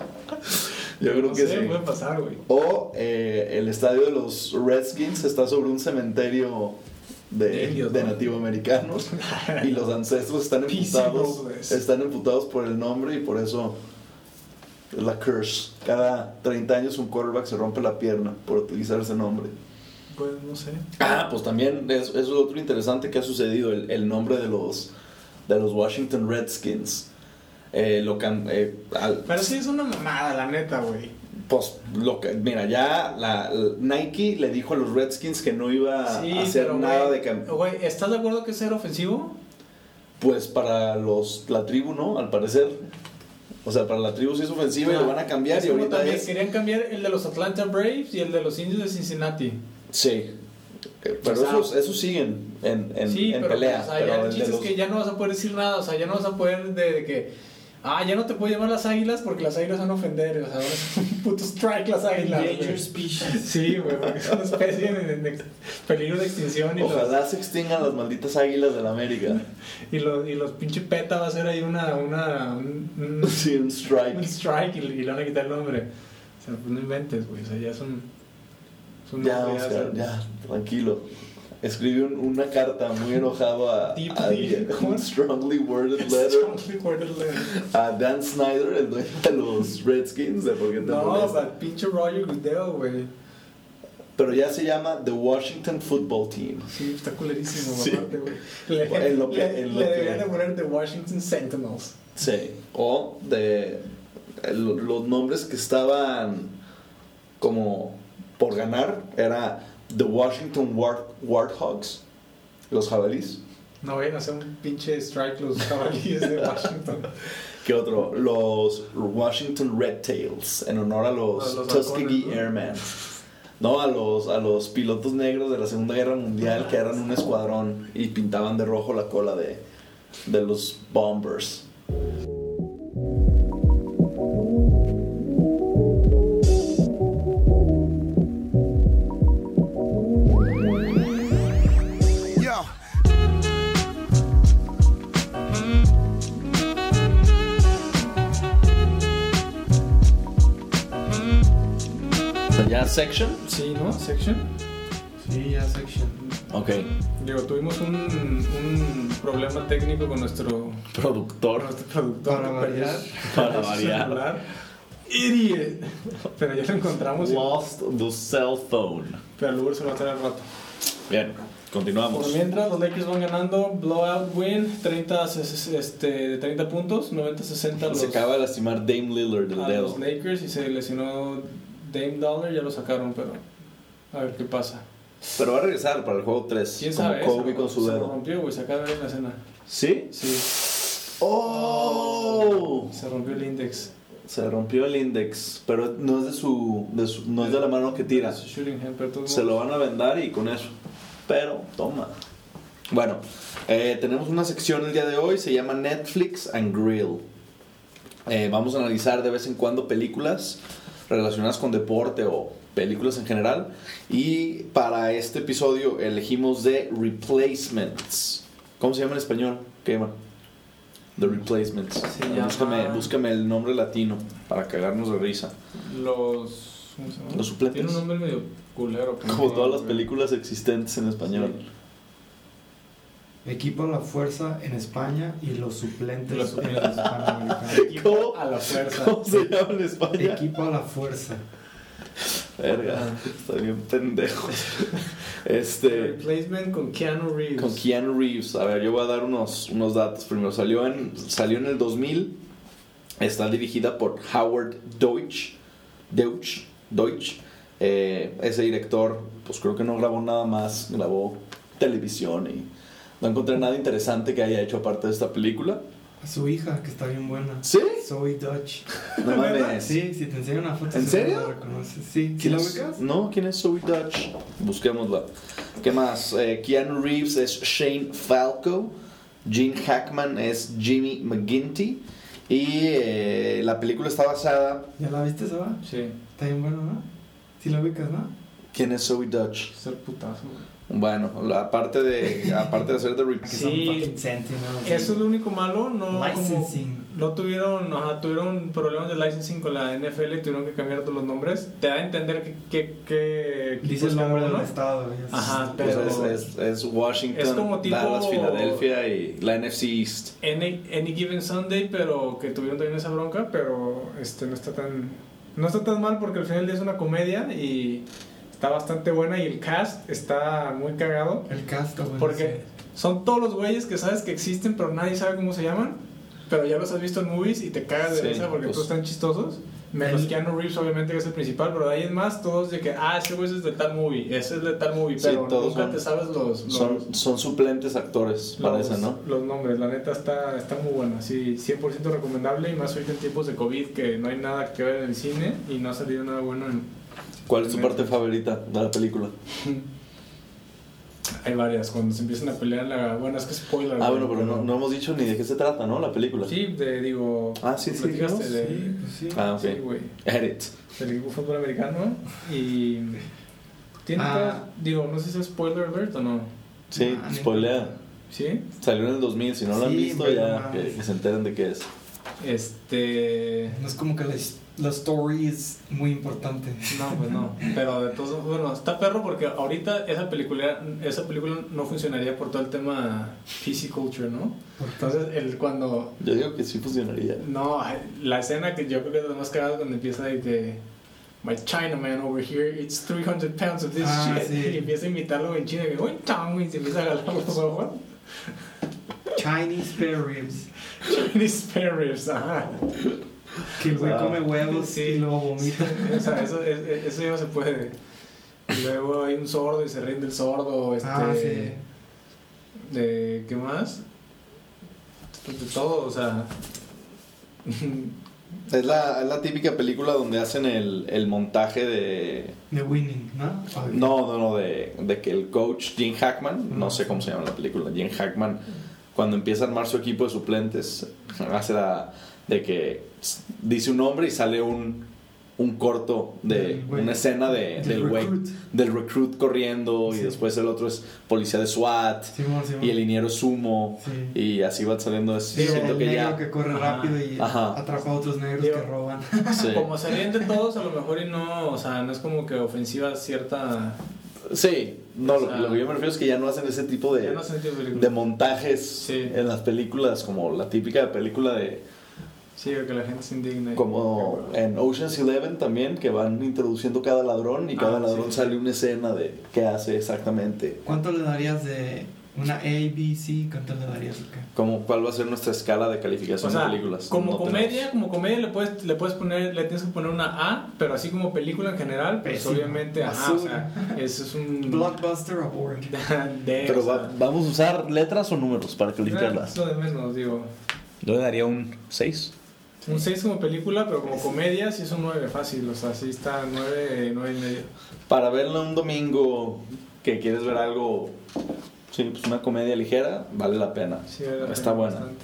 Yo creo No que sé, sí. puede pasar, güey. O eh, el estadio de los Redskins está sobre un cementerio de, De indios, de ¿no? nativoamericanos y los ancestros están Písimos, emputados, güey. están emputados por el nombre y por eso es la curse. Cada treinta años un quarterback se rompe la pierna por utilizar ese nombre. Pues no sé. Ah, pues también es, eso es otro interesante que ha sucedido, el, el nombre de los, de los Washington Redskins. Eh, lo cam- eh, al- Pero sí es una mamada, la neta, güey. Pues, lo que, mira, ya la, la- Nike le dijo a los Redskins que no iba Sí, a hacer pero, nada güey, de cam- Güey, ¿estás de acuerdo que es ser ofensivo? Pues para los la tribu, ¿no? Al parecer. O sea, para la tribu sí es ofensiva y Ah, lo van a cambiar es y como ahorita también es... querían cambiar el de los Atlanta Braves y el de los Indios de Cincinnati. Sí. Eh, Pero O sea, esos, esos siguen en, en, sí, en pero, pelea. o sea, pero ya el el de chiste los- es que ya no vas a poder decir nada, o sea, ya no vas a poder de, de que, ah, ya no te puedo llamar las águilas porque las águilas van a ofender, o sea, ahora es un puto strike las águilas. güey. Endangered species. Sí, güey, porque es una especie en, en ex- peligro de extinción y los, Ojalá se extingan las malditas águilas de la América. y los, y los pinche PETA va a ser ahí una, una, un, un- Sí, un un strike. strike y, y le van a quitar el nombre. O sea, pues no inventes, güey, o sea, ya son... son Ya, nombres, Oscar, o sea, ya, tranquilo. Escribí un- una carta muy enojado a, Deep, a- deep, ¿cómo? un strongly worded letter strongly worded letter. a Dan Snyder, el dueño de los Redskins, de por qué te No, molesta. pero pinche Roger Goodell, güey. Pero ya se llama The Washington Football Team. Sí, está culerísimo, Sí. aparte, güey. Le, En lo que- le- en lo le que- deberían de poner The Washington Sentinels. Sí. O de el- los nombres que estaban como por ganar era The Washington Wart- Warthogs, los jabalíes. No vayan a hacer un pinche strike los jabalíes de Washington. ¿Qué otro? Los Washington Red Tails, en honor a los, A los Tuskegee halcones, ¿no? Airmen. No, a los, a los pilotos negros de la Segunda Guerra Mundial que eran un escuadrón y pintaban de rojo la cola de, de los Bombers. Yo. ¿Ya section? Sí, ¿no? Section. Sí, ya section. Ok. Digo, tuvimos un, un problema técnico con nuestro, Productor. nuestro productor. Para variar. Para Su variar. celular. Idiot. Pero ya lo encontramos. y- Lost the cell phone. Pero el Uber se lo va a traer al rato. Bien, continuamos. Por mientras, los Lakers van ganando. Blowout win. treinta, este, treinta puntos. noventa sesenta los, Se acaba de lastimar Dame Lillard del a dedo. los Lakers. Y se lesionó Dame Dollar. Ya lo sacaron, pero a ver qué pasa. Pero va a regresar para el juego tres. ¿Quién como sabe? Kobe Se- con su Se dedo. rompió, güey. Se acaba de ver en la escena. ¿Sí? Sí. ¡Oh! Se rompió el index. Se rompió el index, pero no es de su, de su- no es de la mano que tira. Su shooting hand, pero de todos Se lo modos- van a vendar y con eso. Pero, toma. Bueno, eh, tenemos una sección el día de hoy, se llama Netflix and Grill. Eh, vamos a analizar de vez en cuando películas relacionadas con deporte o películas en general. Y para este episodio elegimos The Replacements. ¿Cómo se llama en español? ¿Qué llama? The Replacements. Se Eh, búscame, llama- búscame el nombre latino para cagarnos de risa. Los. ¿Cómo se llama? Los suplentes. Tiene un nombre medio culero. que no Como me todas las acuerdo. películas existentes en español. Equipo a la fuerza en España y los suplentes Los en el suplentes. hispanoamericano. Equipo ¿Cómo? a la fuerza. ¿Cómo se llama en España? Equipo a la fuerza. Verga, está bien pendejo. Este. Replacement con Keanu Reeves. Con Keanu Reeves. A ver, yo voy a dar unos, unos datos. Primero, salió en, salió en el dos mil. Está dirigida por Howard Deutsch. Deutsch. Deutsch. Eh, ese director, pues creo que no grabó nada más. Grabó televisión y no encontré nada interesante que haya hecho aparte de esta película. Su hija, que está bien buena. ¿Sí? Zoe Dutch. No mames. Sí, si te enseño una foto. ¿En seguro serio? la reconoces. Sí. ¿Sí ¿Quién la es? ubicas? No, ¿quién es Zoe Dutch? Busquémosla. ¿Qué más? Eh, Keanu Reeves es Shane Falco. Gene Hackman es Jimmy McGinty. Y eh, la película está basada... ¿Ya la viste, Saba? Sí. Está bien buena, ¿no? Sí la ubicas, ¿no? ¿Quién es Zoe Dutch? Es el putazo, güey. Bueno, la, aparte, de, aparte de hacer The Re- Que Sí. son fucking Sentinels. Eso es lo único malo, no Licensing. como- no tuvieron, ajá, tuvieron problemas de licensing con la N F L y tuvieron que cambiar todos los nombres. Te da a entender que, que, que Dice equipos el nombre cada del uno. estado. y es- Ajá, Pero pero- es, es, es Washington, Es como tipo- Dallas, Filadelfia y la N F C East. Any, Any Given Sunday, pero que tuvieron también esa bronca, pero este no está tan no está tan mal porque al final del día es una comedia y está bastante buena y el cast está muy cagado El cast está bueno. porque son todos los güeyes que sabes que existen pero nadie sabe cómo se llaman, pero ya los has visto en movies y te cagas de Sí, risa porque pues- todos están chistosos. Menos El- Keanu Reeves, obviamente, que es el principal, pero de ahí en más, todos de que, ah, ese güey es de tal movie, ese es de tal movie, Sí, pero todos nunca son- te sabes los, los, Son, son suplentes actores, los, parece, ¿no? los nombres. La neta está, está muy buena, sí, cien por ciento recomendable, y más ahorita en tiempos de COVID que no hay nada que ver en el cine y no ha salido nada bueno en... ¿Cuál es tu parte favorita de la película? Hay varias, cuando se empiezan a pelear en la... Bueno, es que spoiler. Ah, güey, bueno, pero no, no hemos dicho ni de qué se trata, ¿no? La película. Sí, de, digo... Ah, sí, sí, platicaste ¿no? de... Sí, pues sí. Ah, ok. Sí, güey. Edit. Del equipo de fútbol americano y... Tiene Ah. todas- digo, no sé si es spoiler alert o no. Sí, Ah, spoilea. ¿Sí? Salió en el dos mil, si no lo han Sí, visto pero ya no que, mames. que se enteren de qué es. Este... No es como que la, his- la story es muy importante. No, pues no. Pero de todos, bueno, está perro porque ahorita esa película, esa película no funcionaría por todo el tema P C culture, ¿no? Entonces, el cuando Yo digo que sí funcionaría. no, la escena que yo creo que es la más cagada cuando empieza de que My Chinaman over here eats three hundred pounds of this Ah, shit sí. y empieza a imitarlo en chino y que "Uy, chang", y se empieza a agarrar los ojos. Chinese spare ribs. Chinese spare ribs, ajá. Que el güey Ah. come huevos Sí. y luego vomita. O sea, eso, es- eso ya no se puede. Y luego hay un sordo y se rinde el sordo. Este, Ah, sí. de, ¿qué más? Pues de todo, o sea. Es la, es la típica película donde hacen el, el montaje de... The Winning, ¿no? No, no, no, de, de que el coach Gene Hackman, no sé cómo se llama la película, Gene Hackman, cuando empieza a armar su equipo de suplentes, hace la de que dice un nombre y sale un, un corto de Del güey. una escena de, Del del güey, recruit. del recruit corriendo y Sí. después el otro es policía de SWAT Simón, Simón. y el liniero es sumo Sí. y así van saliendo. Sí, Siento el que negro ya... que corre Ajá. rápido y Ajá. atrapa a otros negros Digo, que roban. Sí. Como se ríen de todos, a lo mejor y no, o sea, no es como que ofensiva cierta. Sí, no, O lo- sea, lo que yo me refiero es que ya no hacen ese tipo de... Ya no sé de película. de montajes Sí. en las películas, como la típica película de Sí, que la gente se indigna. como en Ocean's Eleven también, que van introduciendo cada ladrón y cada Ah, ladrón sí. sale una escena de qué hace exactamente, ¿Cuánto le darías de una A, B, C? ¿Cuánto le darías? Luca? como cuál va a ser nuestra escala de O calificación sea, de películas. como No comedia, tenemos. como comedia le puedes, le puedes poner, le tienes que poner una A, pero así como película en general, pues Pésimo. obviamente, ajá, o Basura. sea, eso es un Blockbuster Award. de, Pero o sea, va- vamos a usar letras o números para es calificarlas. lo de menos, digo. Yo le daría un seis. Un seis como película, pero como comedia sí es un nueve fácil, o sea, sí está nueve, nueve y medio. Para verlo un domingo que quieres ver algo, sí, pues una comedia ligera, vale la pena. Sí, vale la Está pena buena. bastante.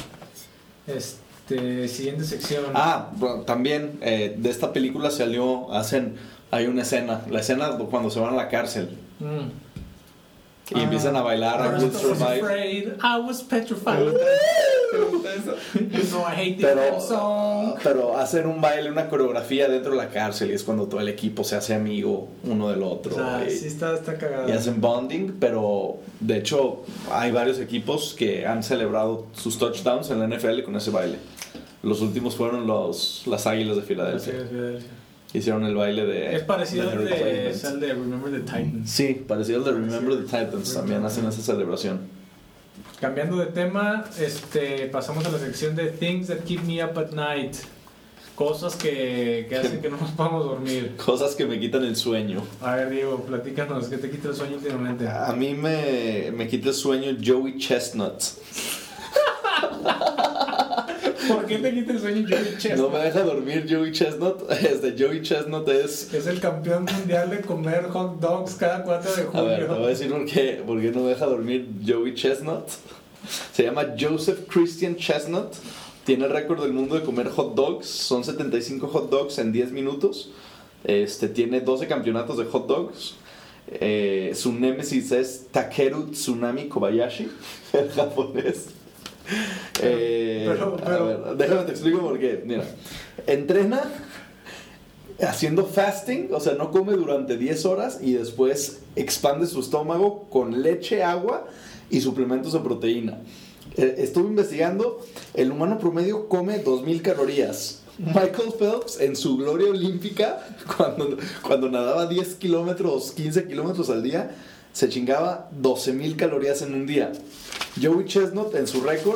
Este, siguiente sección. Ah, bueno, también eh, de esta película salió, hacen, hay una escena, la escena cuando se van a la cárcel Mm. y Ah. empiezan a bailar a First Good I was Survive, afraid, I was petrified. You know I hate this pero, damn song. pero hacen un baile, una coreografía dentro de la cárcel y es cuando todo el equipo se hace amigo uno del otro O sea, y, sí está, está cagado. y hacen bonding, pero de hecho hay varios equipos que han celebrado sus touchdowns en la N F L con ese baile. Los últimos fueron los, las Águilas de Sí, Filadelfia. sí, sí. Hicieron el baile de... Es parecido de al de, Replacement. es al de Remember the Titans. Sí, parecido al de Remember the Titans. También hacen esa celebración. Cambiando de tema, este, pasamos a la sección de Things That Keep Me Up at Night. Cosas que, que hacen que no nos podamos dormir. Cosas que me quitan el sueño. A ver, Diego, platícanos, ¿qué te quita el sueño últimamente? A mí me, me quita el sueño Joey Chestnut. ¿Por qué te quita el sueño Joey Chestnut? No me deja dormir Joey Chestnut. Este Joey Chestnut es... Es el campeón mundial de comer hot dogs cada cuatro de julio. A ver, te voy a decir por qué, por qué no me deja dormir Joey Chestnut. Se llama Joseph Christian Chestnut. Tiene el récord del mundo de comer hot dogs. Son setenta y cinco hot dogs en diez minutos. Este, tiene doce campeonatos de hot dogs. Eh, su némesis es Takeru Tsunami Kobayashi, el japonés. Eh, pero, pero, a ver, déjame te explico por qué. Mira, entrena haciendo fasting, o sea, no come durante diez horas y después expande su estómago con leche, agua y suplementos de proteína. Eh, estuve investigando, el humano promedio come dos mil calorías. Michael Phelps en su gloria olímpica, cuando, cuando nadaba diez kilómetros, quince kilómetros al día, se chingaba doce mil calorías en un día. Joey Chestnut en su récord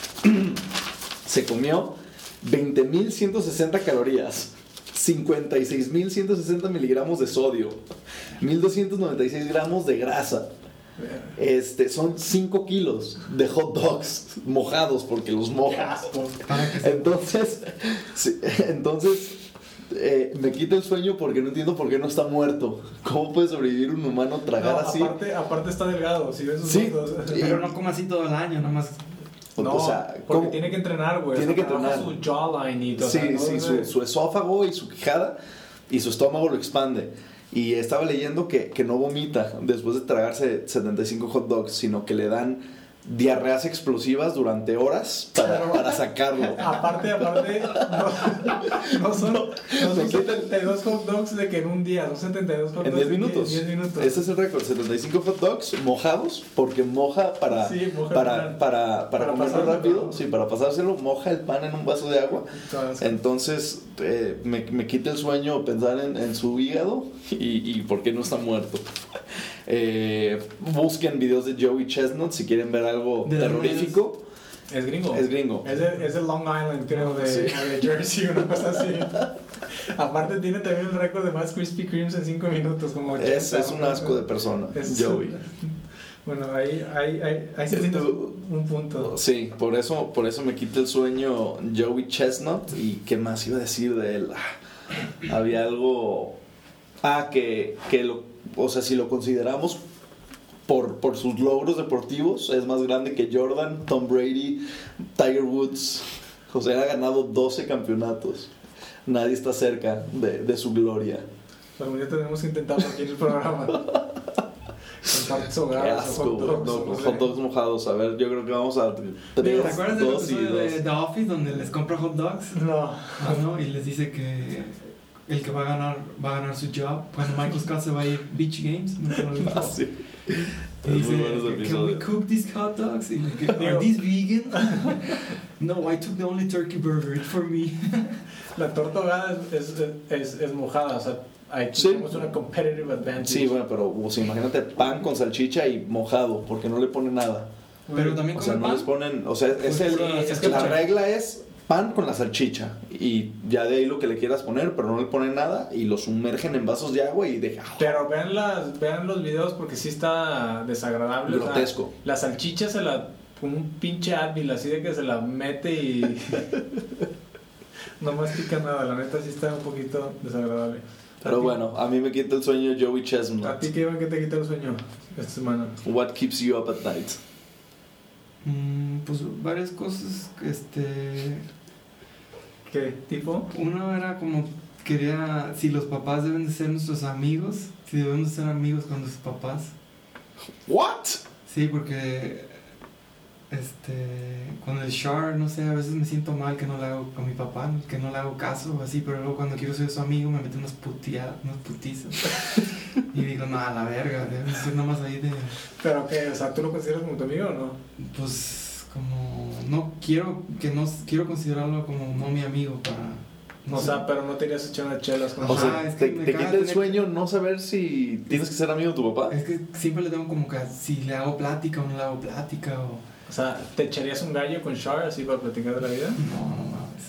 se comió veinte mil ciento sesenta calorías, cincuenta y seis mil ciento sesenta miligramos de sodio, mil doscientos noventa y seis gramos de grasa. Este, son cinco kilos de hot dogs mojados porque los mojas. Entonces, sí, entonces eh, me quita el sueño porque no entiendo por qué no está muerto. ¿Cómo puede sobrevivir un humano tragar no, así? Aparte, aparte está delgado, si ves sus Sí, fotos. Pero no come así todo el año, nomás. No, o sea, porque ¿cómo? tiene que entrenar, güey. Tiene o sea, que trabaja entrenar. su jawline y todo. Sí, o sea, ¿no? sí, su, su esófago y su quijada y su estómago lo expande. Y estaba leyendo que, que no vomita después de tragarse setenta y cinco hot dogs, sino que le dan diarreas explosivas durante horas para, Pero- para sacarlo. Aparte, aparte, no, no son, no son me quitan- setenta y dos hot dogs de que en un día, son setenta y dos hot dogs En diez minutos. diez minutos. Ese es el récord, setenta y cinco hot dogs mojados, porque moja para, Sí, moja el para, pan. para, para, Para comerlo pasárselo. rápido. Sí, para pasárselo, moja el pan en un vaso de agua. Todas- Entonces eh, me, me quita el sueño pensar en, en su hígado y, y por qué no está muerto. Eh, busquen videos de Joey Chestnut si quieren ver algo ¿De dónde terrorífico. Es gringo. Es gringo. Es de, es de Long Island, creo, de, Sí. de Jersey, una cosa así. Aparte tiene también el récord de más Krispy Kremes en cinco minutos, como ochenta. Es, es un asco de persona, Es- Joey. Bueno, ahí, ahí, ahí, ahí sí tienes un punto. Sí, por eso, por eso me quita el sueño Joey Chestnut. ¿Y qué más iba a decir de él? Ah, había algo... Ah, que, que lo, o sea, si lo consideramos por, por sus logros deportivos, es más grande que Jordan, Tom Brady, Tiger Woods. O sea, ha ganado doce campeonatos. Nadie está cerca de, de su gloria. Algún día tenemos que intentarlo aquí en el programa. Con tartes Qué ahogadas, asco, hot dogs, no, no con sé. hot dogs mojados. A ver, yo creo que vamos a Digo, tres, ¿te acuerdas del dos y episodio de dos. The Office donde les compra hot dogs? No. Ah, ¿no? Y les dice que el que va a ganar va a ganar su job. Cuando Michael Scott se va a ir Beach Games, nunca lo vi. Ah, sí. Y Es dice, muy bueno ese "Can we episodio. cook these hot dogs? Y le dice, Digo- ¿Are these vegan? No, I took the only turkey burger, it's for me. La torta ahogada es, es, es, es mojada, o sea, ahí Sí. tenemos una competitive advantage. Sí, bueno, pero o sea, imagínate pan con salchicha y mojado, porque no le ponen nada. Pero también O come sea, no pan. les ponen, o sea, es Pues el, pura es que la salchicha. regla es pan con la salchicha y ya de ahí lo que le quieras poner, pero no le ponen nada y lo sumergen en vasos de agua y deja Pero vean, las, vean los videos porque sí está desagradable. o sea, grotesco. la salchicha se la... con un pinche Advil así de que se la mete y... no mastica nada, la neta sí está un poquito desagradable. Pero ¿A ti- bueno, a mí me quita el sueño Joey ¿A Chestnut. ti qué iba que te quita el sueño esta semana? What keeps you up at night? Mm, pues varias cosas. Este, ¿Qué tipo? uno era como quería si los papás deben de ser nuestros amigos, si debemos de ser amigos con nuestros papás. What? Sí, porque este con el Shar, no sé, a veces me siento mal que no le hago con mi papá, que no le hago caso o así, pero luego cuando quiero ser su amigo me mete unas puteadas, unas putizas. Y digo, no, a la verga, deben de ser nomás ahí de ¿Pero qué? O sea, ¿tú lo consideras como tu amigo o no? pues como no quiero que no quiero considerarlo como no mi amigo para O sea, pero no te irías a echar unas chelas con O sea, Ajá, es que te, me te caga quita el tener- sueño no saber si tienes que ser amigo de tu papá. Es que siempre le tengo como que si le hago plática o no le hago plática o... O sea, ¿te echarías un gallo con Char así para platicar de la vida? No, no mames.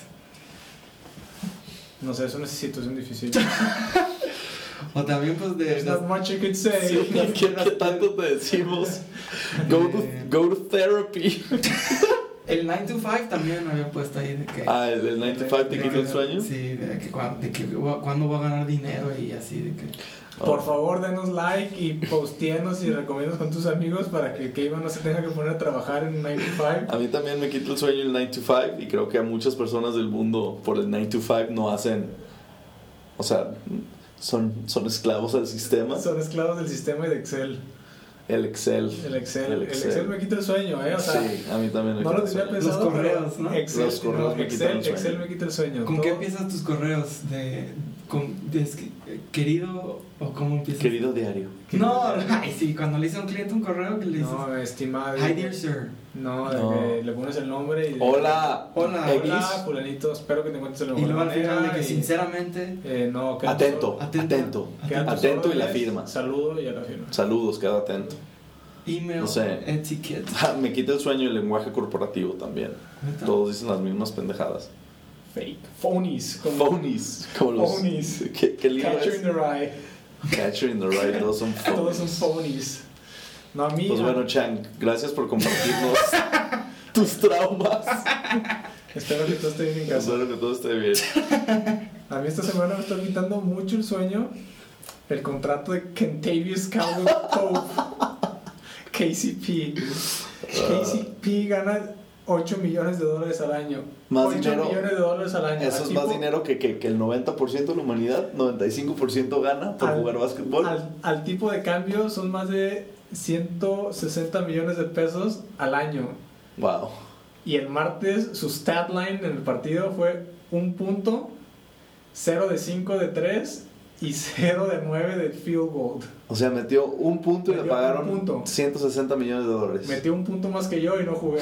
No sé, es una situación difícil. O también pues de... There's not much you could say. Sí, ¿qué, qué tanto te decimos? Go to, go to therapy. El nine to five también me había puesto ahí de que... Ah, ¿el nine to five te quita el sueño? Sí, de que, cuando, de que cuándo voy a ganar dinero y así de que... Por favor, denos like y postéanos y recomiendas con tus amigos para que Keivan no se tenga que poner a trabajar en nine to five. A mí también me quita el sueño el nine to five y creo que a muchas personas del mundo por el nine to five no hacen, o sea, son, son esclavos del sistema. Son esclavos del sistema y de Excel. El Excel. El Excel, El el Excel. Excel me quita el sueño, ¿eh? O sea, Sí, a mí también me no quita lo el tenía sueño. pensado. Los correos, pero ¿no? Excel, Los correos no, me quitan Excel, el sueño. Excel me quita el sueño. ¿Con Todo- qué empiezas tus correos? De, con, de es que, eh, querido o cómo empiezas? Querido diario. No, ay, sí, cuando le hice a un cliente un correo que le dices, No, estimado. hi dear sir. No, de No. que le pones el nombre y... Hola. Hola, X. Hola, fulanito, espero que te encuentres de la Y mejor luego al final de manera. que y- sinceramente, Eh, no, queda Atento, solo- Atento. atento. queda Atento solo, y la es firma. Saludo y a la firma. Saludos, queda atento. email, No sé. etiquette. Ah, me quita el sueño el lenguaje corporativo también. ¿Neta? Todos dicen las mismas pendejadas. Fake. Phonies. Como Phonies. Como los... Phonies. ¿Qué, qué libro Catcher es? in the Rye. Catcher in the Rye. Todos son Todos son phonies. phonies. No, a mí. Pues a- bueno, Chang, gracias por compartirnos tus traumas. Espero que todo esté bien en casa. Espero que todo esté bien. A mí esta semana me está quitando mucho el sueño el contrato de Kentavious Caldwell Pope. K C P. K C P gana ocho millones de dólares al año. Más ocho dinero. millones de dólares al año. Eso Al es más tipo- dinero que, que, que el noventa por ciento de la humanidad, noventa y cinco por ciento gana por Al- jugar básquetbol. Al, al tipo de cambio son más de ciento sesenta millones de pesos al año. Wow. Y el martes su stat line en el partido fue un punto, cero de cinco de tres y cero de nueve de field goal. O sea, metió un punto y le Metió un pagaron punto. ciento sesenta millones de dólares. Metió un punto más que yo y no jugué.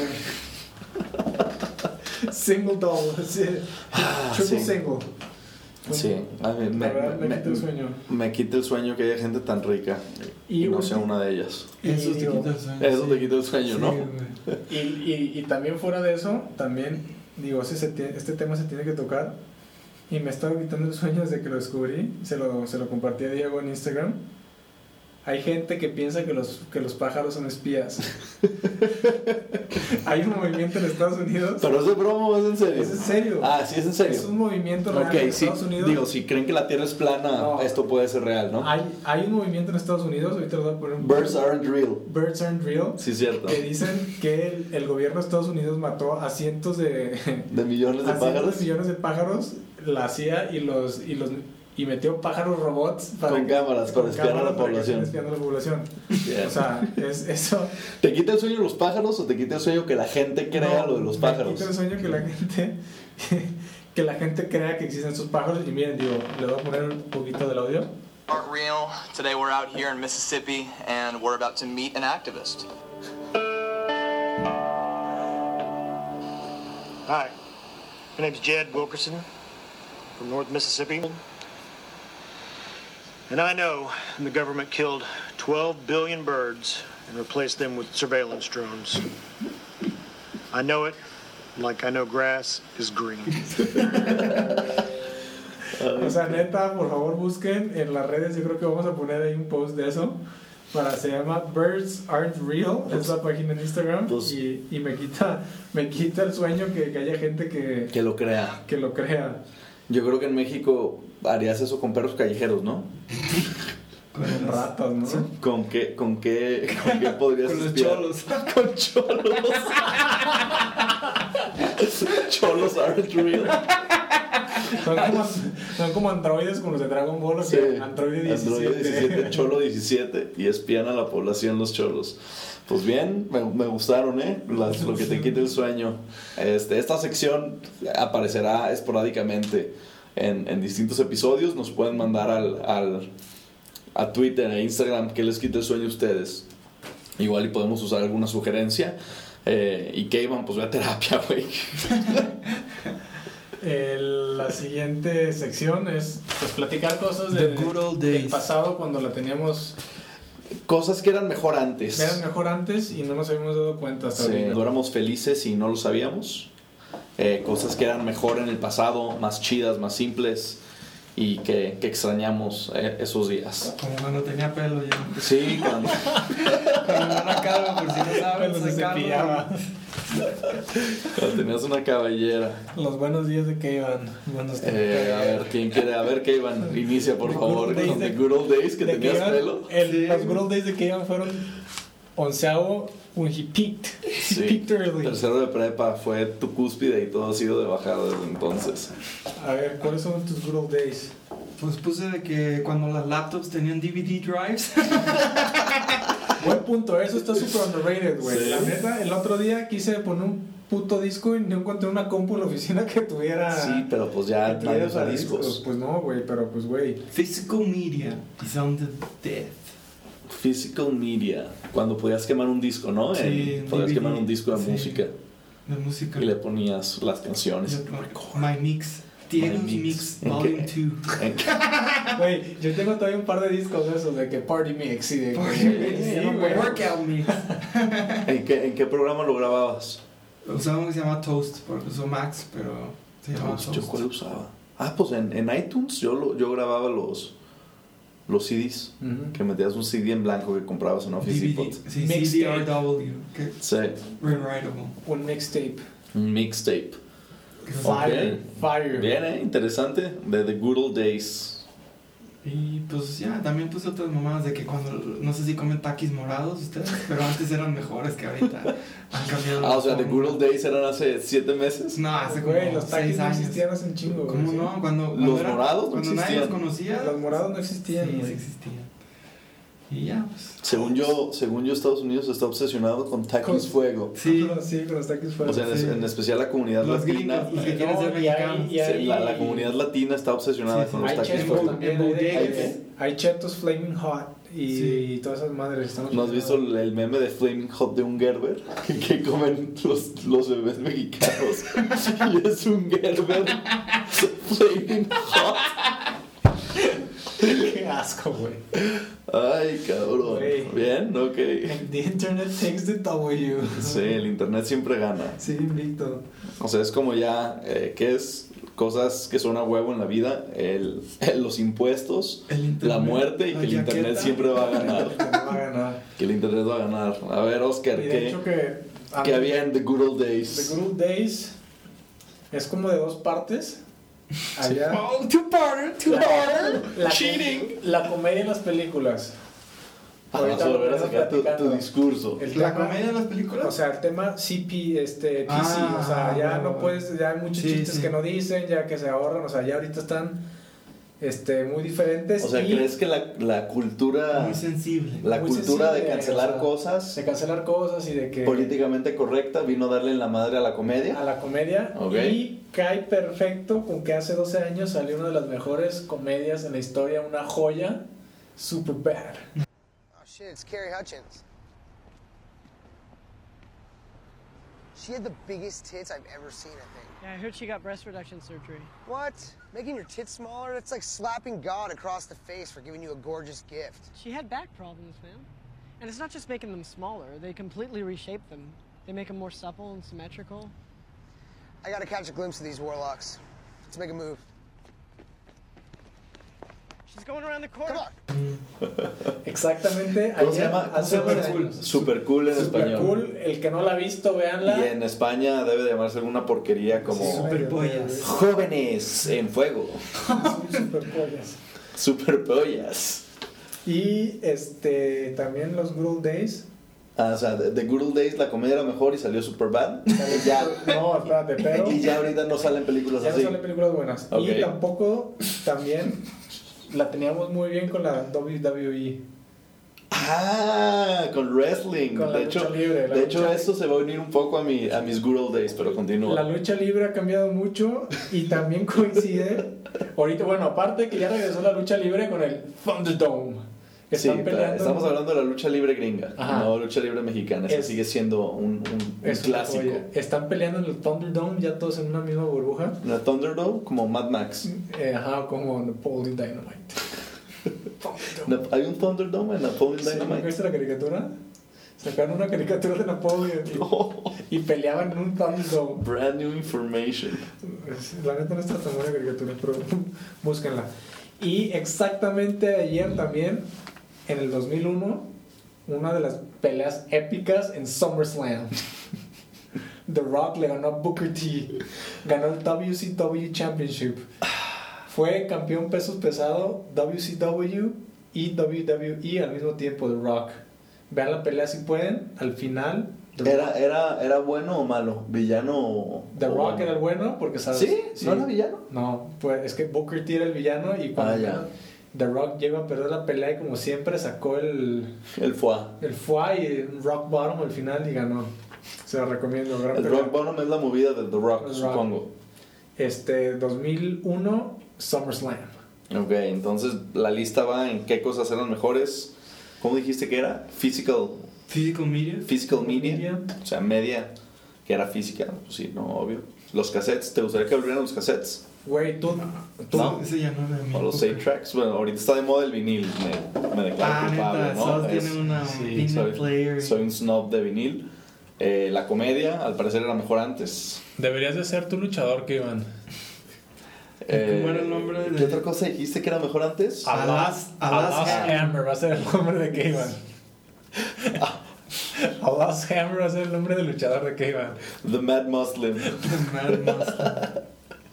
Single double. sí. Ah, Triple sí. single. Sí, a mí me, La verdad, me me- quita el sueño. me quita el sueño que haya gente tan rica y, Y no ulti- sea una de ellas. Eso Y te digo, quita el sueño. Eso sí. te quita el sueño, Sí, ¿no? güey. Y, y, y también fuera de eso, también, digo, ese se tie- este tema se tiene que tocar. Y me estaba quitando el sueño desde que lo descubrí. Se lo, se lo compartí a Diego en Instagram. Hay gente que piensa que los, que los pájaros son espías. Hay un movimiento en Estados Unidos. Pero es de broma o es en serio. Es en serio. Ah, sí, es en serio. Es un movimiento real Ok, en sí. Estados Unidos. Digo, si creen que la Tierra es plana, No. esto puede ser real, ¿no? hay, hay un movimiento en Estados Unidos. Ahorita les voy a poner un Birds aren't real. Birds aren't real. Sí, cierto. Que dicen que el, el gobierno de Estados Unidos mató a cientos de, De millones de a cientos pájaros. de millones de pájaros, la C I A y los y los y metió pájaros robots Con cámaras, para espiar a la cámaras para que población. estén espiando a la población. Bien. O sea, es eso. ¿Te quita el sueño los pájaros o te quita el sueño que la gente crea No, lo de los me pájaros? quita el sueño que la gente que la gente crea que existen estos pájaros. Y miren, digo, le voy a poner un poquito del audio. Aren't real. Today we're out here in Mississippi and we're about to meet an activist. Hi, my name's Jed Wilkerson from North Mississippi. And I know the government killed twelve billion birds and replaced them with surveillance drones. I know it like I know grass is green. O sea, neta, por favor busquen en las redes. Yo creo que vamos a poner ahí un post de eso. Para, se llama Birds Aren't Real. Es la página en Instagram. Pues- y, y me quita me quita el sueño que, que haya gente que, Que lo crea. que lo crea. Yo creo que en México harías eso con perros callejeros, ¿no? Con Con los- ratas, ¿no? Sí. ¿Con qué, con qué, con qué podrías Con los espiar? cholos. Con cholos. Cholos aren't real. Son como, son como androides como los de Dragon Ball. O Sí. sea, Android diecisiete. Android diecisiete, Cholo diecisiete y espían a la población los cholos. Pues bien, me, me gustaron, ¿eh? Las- lo que te quita el sueño. Este, esta sección aparecerá esporádicamente en, en distintos episodios. Nos pueden mandar al, al, a Twitter e Instagram que les quita el sueño a ustedes. Igual y podemos usar alguna sugerencia. Eh, y Keivan, pues ve a terapia, güey. El- la siguiente sección es pues, platicar cosas del, The good old del days. pasado cuando la teníamos. Cosas que eran mejor antes. Eran mejor antes y no nos habíamos dado cuenta hasta Sí, ahorita. cuando éramos felices y no lo sabíamos. Eh, cosas que eran mejor en el pasado, más chidas, más simples y que, que extrañamos eh, esos días. Como cuando tenía pelo yo. Sí, cuando, Cuando era calvo, por si no saben, Cuando se soy calvo. cepillaba. cuando tenías una cabellera. Los buenos días de que iban. Buenos Eh, a ver, ¿quién quiere? A ver, Keivan, inicia por The favor good old con days The de- Good Old Days que de tenías Keivan, pelo. el- Sí. Los good old days de que iban fueron onceavo when he peaked. He Sí, peaked early. tercero de prepa fue tu cúspide y todo ha sido de bajada desde entonces. A ver, ¿cuáles son tus good old days? Pues puse de que cuando las laptops tenían D V D drives. Buen punto, eso está súper underrated, güey. Sí. La neta, el otro día quise poner un puto disco y no encontré una compu en la oficina que tuviera. Sí, pero pues ya que nadie tuviera usa para discos. Pues no, güey, pero pues, güey. Physical media is on the death. Physical media, cuando podías quemar un disco, ¿no? Sí, En- un podías D V D, quemar un disco de sí. música De música. y le ponías las canciones. My Mix. Diego's My Mix. Mix, ¿En Volume qué? dos. ¿En qué, Güey, yo tengo todavía un par de discos de esos, de que Party Mix y de Party que- Mix, Sí, sí, güey. Workout Mix. en qué, en qué programa lo grababas? Usaba uno que se llama Toast, porque usó Max, pero se llama Pues, ¿yo Toast. cuál usaba? Ah, pues en, en iTunes yo, lo, yo grababa los, los C Ds. Ujú. Que metías un C D en blanco que comprabas en Office D V D. Depot. Sí, Mixtape. C D R W. Que Sí, rewritable. Un mixtape. un mixtape. Fire. Fire. Bien, eh, interesante. De The Good Old Days. Y pues ya, también puse otras mamadas de que cuando, no sé si comen taquis morados ustedes, pero antes eran mejores que ahorita. Han cambiado. Ah, o sea, la The Good Old Days eran hace siete meses. No, hace como Güey, los taquis seis no años. existían hace un chingo, güey. ¿Cómo ¿sí? no? Cuando, cuando Los era- morados no cuando nadie existían. los conocía. Los morados no existían, Sí, güey. sí existían. Y ya, pues. Según yo, según yo, Estados Unidos está obsesionado con taquis Con- fuego. Sí. Ajá, sí, con los taquis fuera. O sea, en, Sí. en especial la comunidad Los latina. gringos, los que quieren No, ser y hay- mexicanos. y hay- Sí, la, la comunidad latina está obsesionada Sí, con sí. los Hay taquis chetos fuego. también. En Hay, bodegas. hay- hay chetos Flaming Hot y, Sí. y todas esas madres. Estamos ¿No has visto el, el meme de Flaming Hot de un Gerber? Que comen los, los bebés mexicanos. Y es un Gerber Flaming Hot. Qué asco, güey. Ay, cabrón. Güey. Bien, ok. The internet takes the W. Sí, el internet siempre gana. Sí, invicto. O sea, es como ya, eh, ¿qué es? Cosas que son a huevo en la vida, el, el- los impuestos, El internet, la muerte y la que el internet yaqueta. siempre va a ganar. Que no va a ganar. Que el internet va a ganar. A ver, Oscar, Y de ¿qué, hecho que... ¿qué había en The Good Old The Days? Good Old Days es como de dos partes. Había Oh, two-parter, two-parter. la, Cheating. la comedia en las películas. Ah, vas Ahorita a lo volver a estamos sacar tu, tu platicando. discurso. El ¿La tema- comedia en las películas? O sea, el tema C P, este, P C, Ah, o sea, ya bueno, no puedes, ya hay muchos sí, chistes sí. que no dicen, ya que se ahorran, o sea, ya ahorita están este, muy diferentes. O sea, y ¿crees que la, la cultura, Muy sensible. la muy cultura de sensible, cancelar o sea, cosas de cancelar cosas y de que políticamente correcta vino a darle en la madre a la comedia? a la comedia Ok. y cae perfecto con que hace doce años salió una de las mejores comedias en la historia, una joya, Superbad. Oh shit, it's Carrie Hutchins. She had the biggest tits I've ever seen, I think. Yeah, I heard she got breast reduction surgery. What? Making your tits smaller? That's like slapping God across the face for giving you a gorgeous gift. She had back problems, man. And it's not just making them smaller, they completely reshape them. They make them more supple and symmetrical. I gotta catch a glimpse of these warlocks. Let's make a move. She's going around the corner. Come on. Exactamente. ¿Cómo se ayer- llama? hace Super doce cool. años. Super cool en Super español. cool. El que no la ha visto, véanla. Y en España debe de llamarse alguna porquería como Super pollas. Jóvenes en Fuego. Super pollas. Super pollas. Y este también los Good Old Days. Ah, o sea, The The Good Old Days, la comedia era mejor y salió Superbad. Y ya, No, espérate, pero y ya ahorita no salen películas ya no así. salen películas buenas. Ok. Y tampoco también la teníamos muy bien con la W W E. Ah, con wrestling. Con la de lucha hecho, libre, la de hecho lucha- esto se va a unir un poco a, mi, a mis Good Old Days, pero continúa. La lucha libre ha cambiado mucho y también coincide. Ahorita, bueno, aparte que ya regresó la lucha libre con el Thunderdome, Sí, Están pero peleando. estamos hablando de la lucha libre gringa, Ajá. no lucha libre mexicana. Esa Es- sigue siendo un, un, un Es una clásico. joya. Están peleando en el Thunderdome, ya todos en una misma burbuja. La Thunderdome, como Mad Max. Eh, ajá, como Napoleon Dynamite. Na- ¿Hay un Thunderdome en Napoleon Sí, ¿no Dynamite? viste la caricatura? Sacaron una caricatura de Napoleon y, No. y peleaban en un Thunderdome. Brand new information. La neta no está tan buena caricatura, pero búsquenla. Y exactamente ayer también, en el dos mil uno, una de las peleas épicas en SummerSlam. The Rock le ganó a Booker T. Ganó el W C W Championship. Fue campeón pesos pesado, W C W y W W E al mismo tiempo, The Rock. Vean la pelea si pueden. Al final, The ¿Era, Rock, era, ¿Era bueno o malo? ¿Villano o.? The o Rock bueno? era el bueno porque sabes. ¿Sí? ¿No era villano? No, pues es que Booker T era el villano y cuando Ah, ya. The Rock llegó a perder la pelea y como siempre sacó el, El foie. el foie y un rock bottom al final y ganó. Se lo recomiendo. Gran El pelea. Rock Bottom es la movida de The Rock, The Rock. supongo. Este, dos mil uno, SummerSlam. Ok, entonces la lista va en qué cosas eran mejores. ¿Cómo dijiste que era? Physical, Physical media. physical media. Media. O sea, media que era física. Pues sí, no, obvio. Los cassettes, ¿te gustaría que volvieran los cassettes? Güey, tú, tú No. Ese ya no era mi O los época. eight tracks. Bueno, ahorita está de moda el vinil. Me, me declaro Ah, culpable, neta, ¿no? Sal Es- tiene una sí, vinyl soy, player. soy un snob de vinil. Eh, la comedia, al parecer, era mejor antes. deberías de ser tu luchador, Kevin. Eh, ¿Cómo era el nombre de- ¿Qué otra cosa dijiste que era mejor antes? Ah. Alas, Alas Alas Hammer. Hammer va a ser el nombre de Kevin. Alas Hammer va a ser el nombre del luchador de Kevin. The Mad Muslim. Mad Master.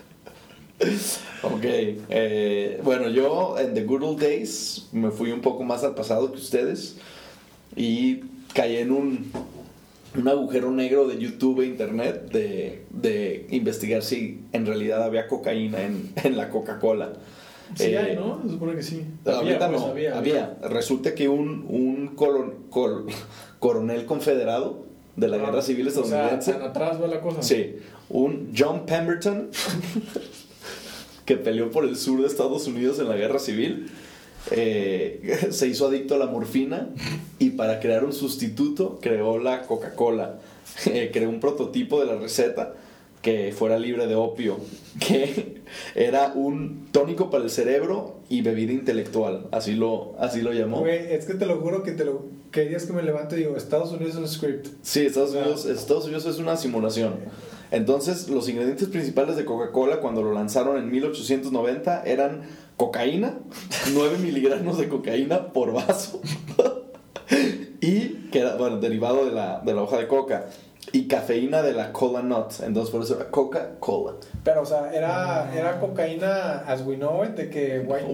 Ok, eh, bueno, yo en The Good Old Days me fui un poco más al pasado que ustedes y caí en un, un agujero negro de YouTube e Internet de, de investigar si en realidad había cocaína en, en la Coca-Cola. Sí Eh, hay, ¿no? Se supone que sí. Ahorita pues, no, había, había. Resulta que un, un colon- col- coronel confederado de la Ah, Guerra Civil o sea, estadounidense, tan atrás va la cosa. sí, un John Pemberton, que peleó por el sur de Estados Unidos en la Guerra Civil, eh, se hizo adicto a la morfina y para crear un sustituto creó la Coca-Cola. Eh, creó un prototipo de la receta que fuera libre de opio, que era un tónico para el cerebro y bebida intelectual, así lo, así lo llamó. Güey, es que te lo juro que te lo que días que me levanto y digo, Estados Unidos es un script. Sí, Estados Ah. Unidos, Estados Unidos es una simulación. Entonces, los ingredientes principales de Coca-Cola cuando lo lanzaron en mil ochocientos noventa eran cocaína, nueve miligramos de cocaína por vaso, y que era, bueno, derivado de la, de la hoja de coca, y cafeína de la cola nut. Entonces, por eso era Coca-Cola. Pero, o sea, era, era cocaína as we know it, de que white,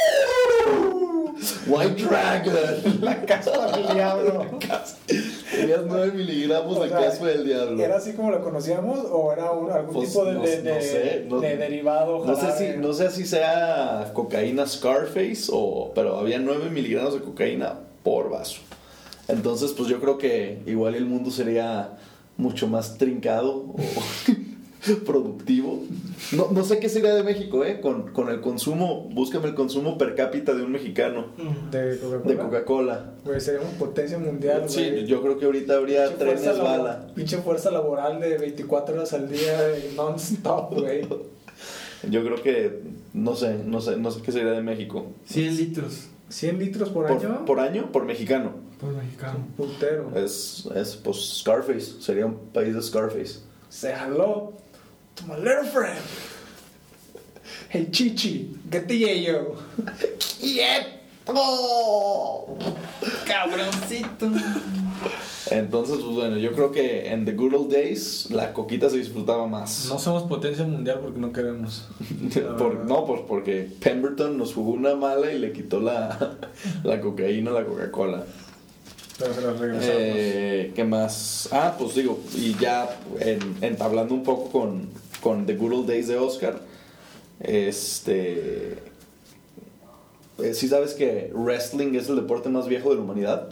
White Dragon. la casa del diablo. Tenías nueve miligramos O de sea, caspa del diablo. ¿Era así como lo conocíamos o era un- algún Pues, tipo de, no- de, no de- sé, no- de derivado? No sé, jarabe? si, no sé si sea cocaína Scarface o... Pero había nueve miligramos de cocaína por vaso. Entonces, pues yo creo que igual el mundo sería mucho más trincado o productivo. No, no sé qué sería de México, ¿eh? Con, con el consumo... Búscame el consumo per cápita de un mexicano ¿De Coca-Cola? de Coca-Cola. Güey, seríamos potencia mundial, güey. Sí, yo creo que ahorita habría Pinche fuerza trenes labo- bala. Pinche fuerza laboral de veinticuatro horas al día non-stop, güey. Yo creo que... No sé, no sé, no sé qué sería de México. cien litros ¿cien litros por, ¿Por, año? por año? Por mexicano. por mexicano. Putero. Es, es pues Scarface, sería un país de Scarface. Say hello to my little friend. Hey Chichi, get the yayo. ¡Quieto! Cabroncito. Entonces, pues bueno, yo creo que en The Good Old Days la coquita se disfrutaba más. No somos potencia mundial porque no queremos. Por- no, pues porque Pemberton nos jugó una mala y le quitó la, la cocaína a la Coca-Cola. Pero se las regresamos. Eh, ¿Qué más? Ah, pues digo, y ya en- entablando un poco con, con The Good Old Days de Oscar, este... eh, ¿sí sabes que wrestling es el deporte más viejo de la humanidad?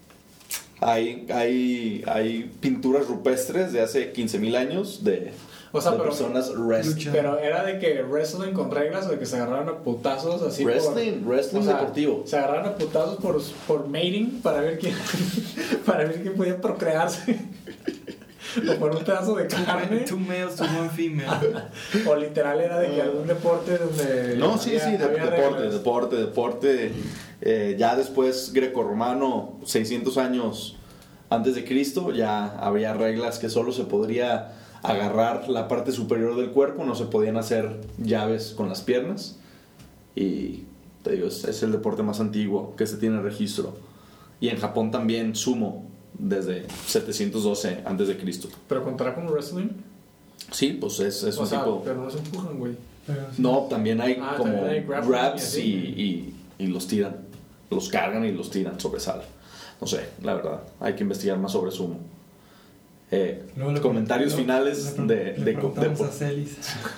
Hay, hay, hay pinturas rupestres de hace quince mil años de O sea, de pero- personas wrestling. Lucha. Pero era de que wrestling con reglas o de que se agarraron a putazos así. Wrestling, por, wrestling o sea, deportivo. Se agarraron a putazos por, por mating para ver quién para ver quién podía procrearse. O por un pedazo de carne. Two males to one female. O literal era de que algún deporte donde. No, sí, había- sí, de- había deporte, reglas. deporte, deporte. Eh, ya después grecorromano, seiscientos años antes de Cristo, ya había reglas que solo se podría agarrar la parte superior del cuerpo, no se podían hacer llaves con las piernas. Y te digo, es, es el deporte más antiguo que se tiene registro. Y en Japón también sumo desde setecientos doce antes de Cristo. Pero contará como wrestling. Sí, pues es, es O un sea, tipo. pero no se empujan, güey. Pero sí. No, también hay Ah, como también hay grappling grabs y y, así. y, y los tiran. Los cargan y los tiran sobre sala. No sé, la verdad. Hay que investigar más sobre sumo. Eh, Luego le comentarios pre- finales le, de, le de, de- preguntamos a Celis.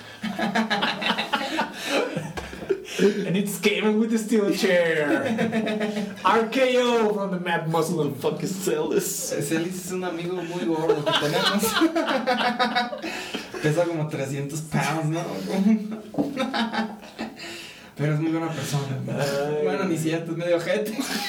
And it's Gavin with the steel chair. R K O from the Mad Muslim. fuck is Celis? Eh, Celis es un amigo muy gordo que tenemos. Pesa como trescientos pounds, ¿no? Pero es muy buena persona. ¿No? Ay. Bueno, ni cierto, es medio ojete.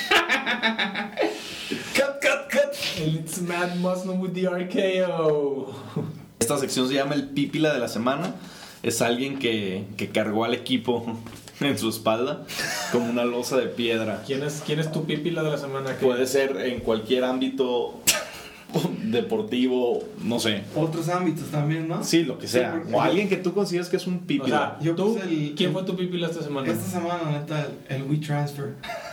Cut, cut, cut. And it's Mad Muslim with the R K O. Esta sección se llama el pípila de la semana. Es alguien que, que cargó al equipo en su espalda como una losa de piedra. ¿Quién es, ¿Quién es tu pipila de la semana? ¿Qué? Puede ser en cualquier ámbito deportivo, no sé. Otros ámbitos también, ¿no? Sí, lo que sea. Sí, porque- O alguien que tú consideres que es un O pípila. sea, Yo ¿tú, puse el- ¿quién el- fue tu pipila esta semana? Esta semana, la neta, el, el WeTransfer.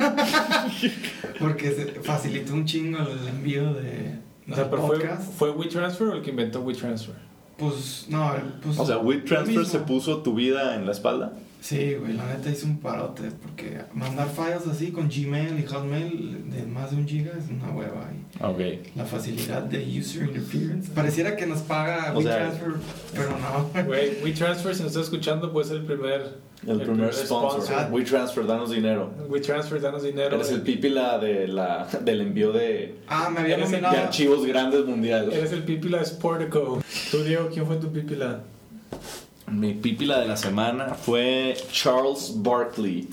Porque se facilitó un chingo el envío de, O sea, del pero fue, podcast. ¿fue WeTransfer o el que inventó WeTransfer? Pues, no, el- pues, O sea, lo WeTransfer mismo. se puso tu vida en la espalda. Sí, güey, la neta hizo un parote. Porque mandar files así con Gmail y Hotmail de más de un giga es una hueva. Y Ok. la facilidad de user interference. Pareciera que nos paga O sea- WeTransfer, pero no. Güey, WeTransfer, si nos está escuchando, puede ser el primer... El, primer sponsor. WeTransfer, danos dinero. WeTransfer, danos dinero. Eres el pípila de la, del envío de, Ah, me había Eres el de nominado. archivos grandes mundiales. Eres el pipila de Sportico. Tú, Diego, ¿quién fue tu pipila? Mi pípila de la semana fue Charles Barkley.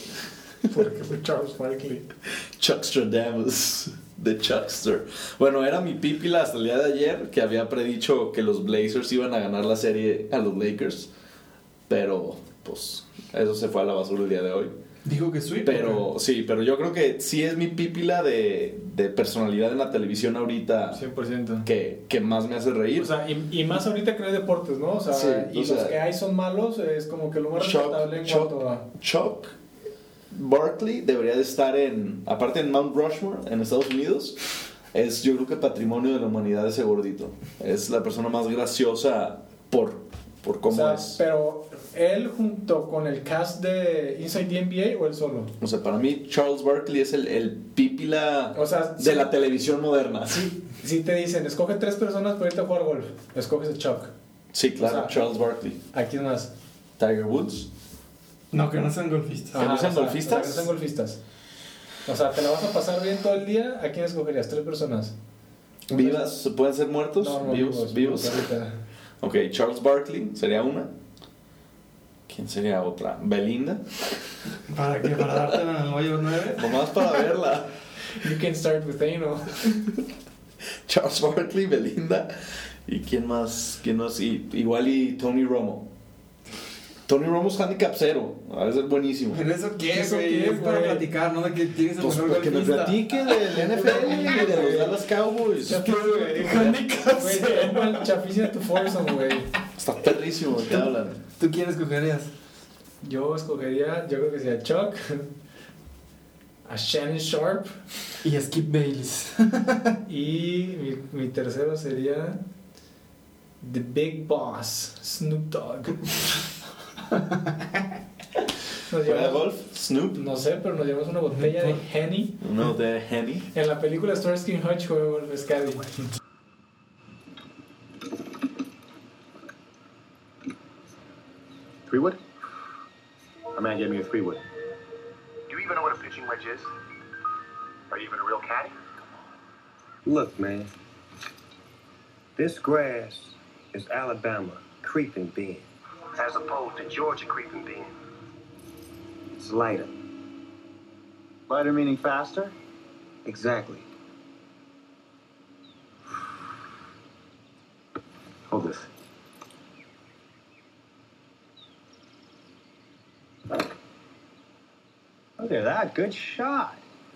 Porque fue Charles Barkley. Chuckstradamus. De Chuckster. Bueno, era mi pípila hasta el día de ayer que había predicho que los Blazers iban a ganar la serie a los Lakers. Pero, pues, eso se fue a la basura el día de hoy. Dijo que sweep. Pero, sí, pero yo creo que sí es mi pípila de, de personalidad en la televisión ahorita cien por ciento. que, que más me hace reír. O sea, y, y más ahorita que no hay deportes, ¿no? O sea, Sí, y o los sea, que hay son malos, es como que lo más Chuck- respetable en Chuck- cuanto a... Chuck Barkley debería de estar en, aparte en Mount Rushmore, en Estados Unidos. Es, yo creo que patrimonio de la humanidad ese gordito. Es la persona más graciosa por, por cómo o sea, es. pero él junto con el cast de Inside the N B A o él solo. O sea, para mí Charles Barkley es el, el pípila O sea, de sí. la televisión moderna. Si, si te dicen, escoge tres personas para irte a jugar golf, escoges a Chuck. Sí, claro, O sea, Charles Barkley. ¿A quién más? Tiger Woods. No, que no sean golfistas. ¿Que no sean o sea, golfistas? o sea, que no sean golfistas. O sea, ¿te la vas a pasar bien todo el día? ¿A quién escogerías? ¿Tres personas? ¿Vivas? ¿Pueden ser muertos? No, no, ¿Vivos? vivos. ¿Vivos? ahorita. Ok, Charles Barkley sería una. ¿Quién sería otra? ¿Belinda? ¿Para qué? ¿Para darte en el hoyo nueve? Nomás para verla. You can start with Ano. Charles Barkley, Belinda. ¿Y quién más? ¿Quién más? Y, igual y Tony Romo. Tony Romo es handicap cero. Va a ser buenísimo. ¿Pero eso qué, ¿Eso güey? qué, Es para güey? platicar, ¿no? De que tienes el Pues mejor porque me golfista. platique del N F L y de los Dallas Cowboys. Ya fue, güey. Handicap. Güey, te llamo el chafísimo de tu foursome, güey. Está perrísimo de qué hablan. ¿Tú quién escogerías? Yo escogería, yo creo que sería Chuck, a Shannon Sharp Y Skip Bayless. y mi, mi tercero sería The Big Boss, Snoop Dogg. Nos ¿Juega llevamos, golf? Snoop. no sé, pero nos llevamos una botella de Henny. Uno de Henny. En la película Starsky and Hutch juega golf, es caddy. Three wood? A man gave me a three wood. Do you even know what a pitching wedge is? Are you even a real caddy? Look, man. This grass is Alabama, creeping being. As opposed to Georgia creeping being. It's lighter. Lighter meaning faster? Exactly. Hold this. Look at that, good shot.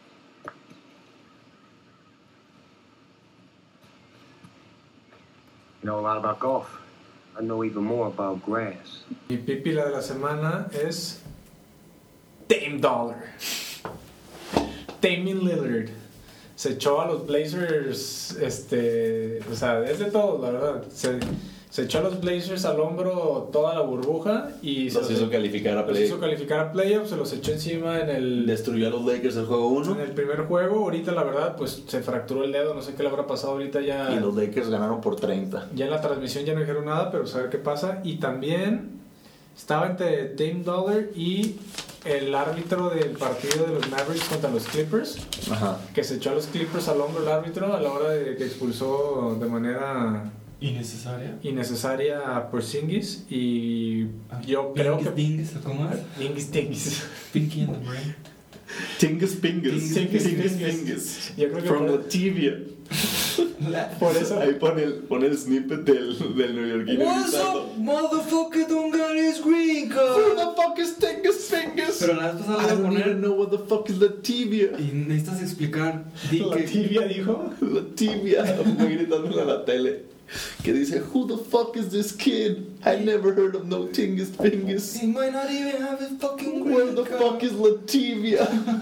You know a lot about golf. I know even more about grass. Mi pipila de la semana es Dame Dollar. Damian Lillard se echó a los Blazers, este, o sea, es de todo, la verdad. Se, se echó a los Blazers al hombro toda la burbuja y los se hizo los, calificar a los playoffs. hizo calificar a playoffs, se los echó encima en el Destruyó a los Lakers el juego uno. En el primer juego, ahorita la verdad, pues se fracturó el dedo, no sé qué le habrá pasado ahorita ya. Y los Lakers ganaron por treinta. Ya en la transmisión ya no dijeron nada, pero saber qué pasa. Y también estaba entre Dame Dollar y el árbitro del partido de los Mavericks contra los Clippers. Ajá. Que se echó a los Clippers al hombro el árbitro a la hora de que expulsó de manera innecesaria innecesaria a Porzingis. Y yo creo que Dingus, ¿cómo es? Dingus Dingus Pinky in the brain. Tingus Pingus. Tingus Tingus Pingus. Pingus. Yo creo que From por- Latvia. Por eso. Ahí pone el, pone el snippet del, del neoyorquino gritando. motherfucker, don't got his green Who the fuck is Tingus Pingus? Pero la vez pasada I le voy a don't poner even know what the fuck is Latvia. y necesitas explicar. Di La que- tibia dijo. Latvia. Voy gritándole a la tele. Que dice, who the fuck is this kid? I never heard of no Tingus Pingus. He might not even have his fucking green Where the card. fuck is Latvia?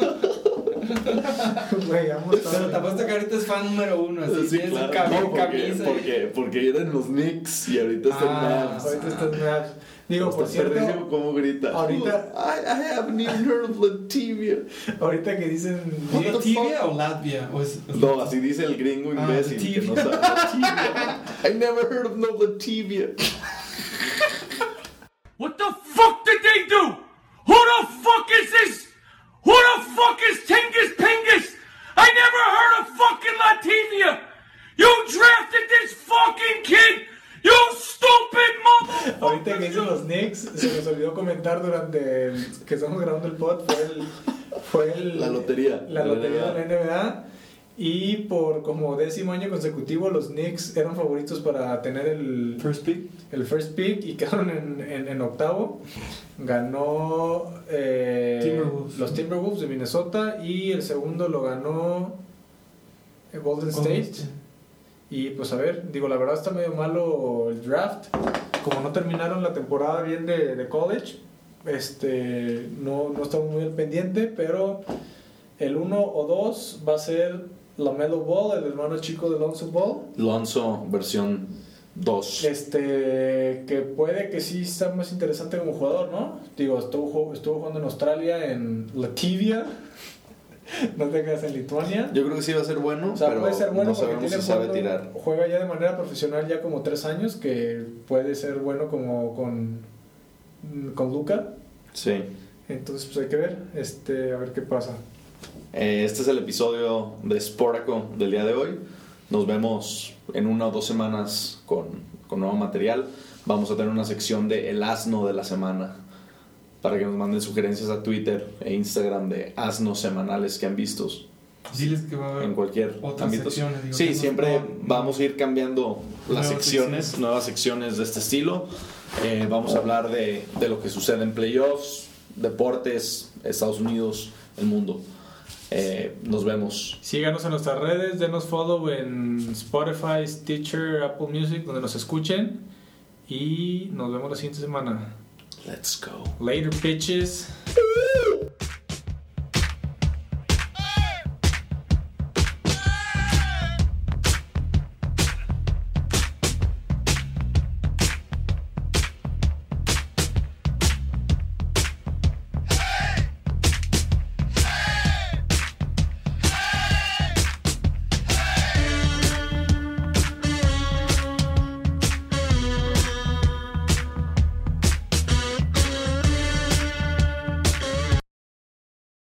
Güey, vamos a Pero te apuesto que ahorita es fan número uno, así Sí, tiene claro. su cam- No, porque, camisa. y- porque, porque eran los Knicks y ahorita está Ah, en Mavs. Ahorita estás Mavs. Digo, por Está cierto, perrísimo cómo grita. ahorita- I, I haven't even heard of Latvia. ahorita que dicen What the ¿Latvia fuck? o Latvia? ¿O es, es No, así dice el gringo Ah, imbécil que no sabe. Latvia. I never heard of no Latvia. What the fuck did they do? Who the fuck is this? Who the fuck is Tingus Pingus? I never heard of fucking Latvia. You drafted this fucking kid. You stupid mother. ahorita que dicen los Knicks, se nos olvidó comentar durante el- que estamos grabando el pod, fue el, fue el La lotería. la lotería de la N B A. Y por como décimo año consecutivo los Knicks eran favoritos para tener el first pick? el first pick y quedaron en, en, en octavo. Ganó eh, Timberwolves. los Timberwolves de Minnesota y el segundo lo ganó eh, Golden Golden State. Y pues a ver, digo, la verdad está medio malo el draft. Como no terminaron la temporada bien de, de college, este, no, no estamos muy al pendiente, pero el uno o dos va a ser LaMelo Ball, el hermano chico de Lonzo Ball. Lonzo, versión dos. Este, que puede que sí sea más interesante como jugador, ¿no? Digo, estuvo, estuvo jugando en Australia, en Latvia, no te quedas en Lituania. Yo creo que sí va a ser bueno, O sea, pero puede ser bueno no porque sabemos tiene si sabe jugando- tirar. juega ya de manera profesional ya como tres años, que puede ser bueno como con, con Luka. Sí. Entonces pues hay que ver, este, a ver qué pasa. Eh, Este es el episodio de Sportaco del día de hoy. Nos vemos en una o dos semanas con, con nuevo material. Vamos a tener una sección de El Asno de la Semana para que nos manden sugerencias a Twitter e Instagram de asnos semanales que han visto Diles que va a haber en cualquier otras ámbito. secciones, digo, Sí, que no- siempre no- vamos a ir cambiando las Nuevas secciones, secciones. nuevas secciones de este estilo. Eh, vamos a hablar de, de lo que sucede en playoffs, deportes, Estados Unidos, el mundo. Eh, nos vemos. Síganos en nuestras redes, denos follow en Spotify, Stitcher, Apple Music, donde nos escuchen. Y nos vemos la siguiente semana. Let's go. Later, bitches.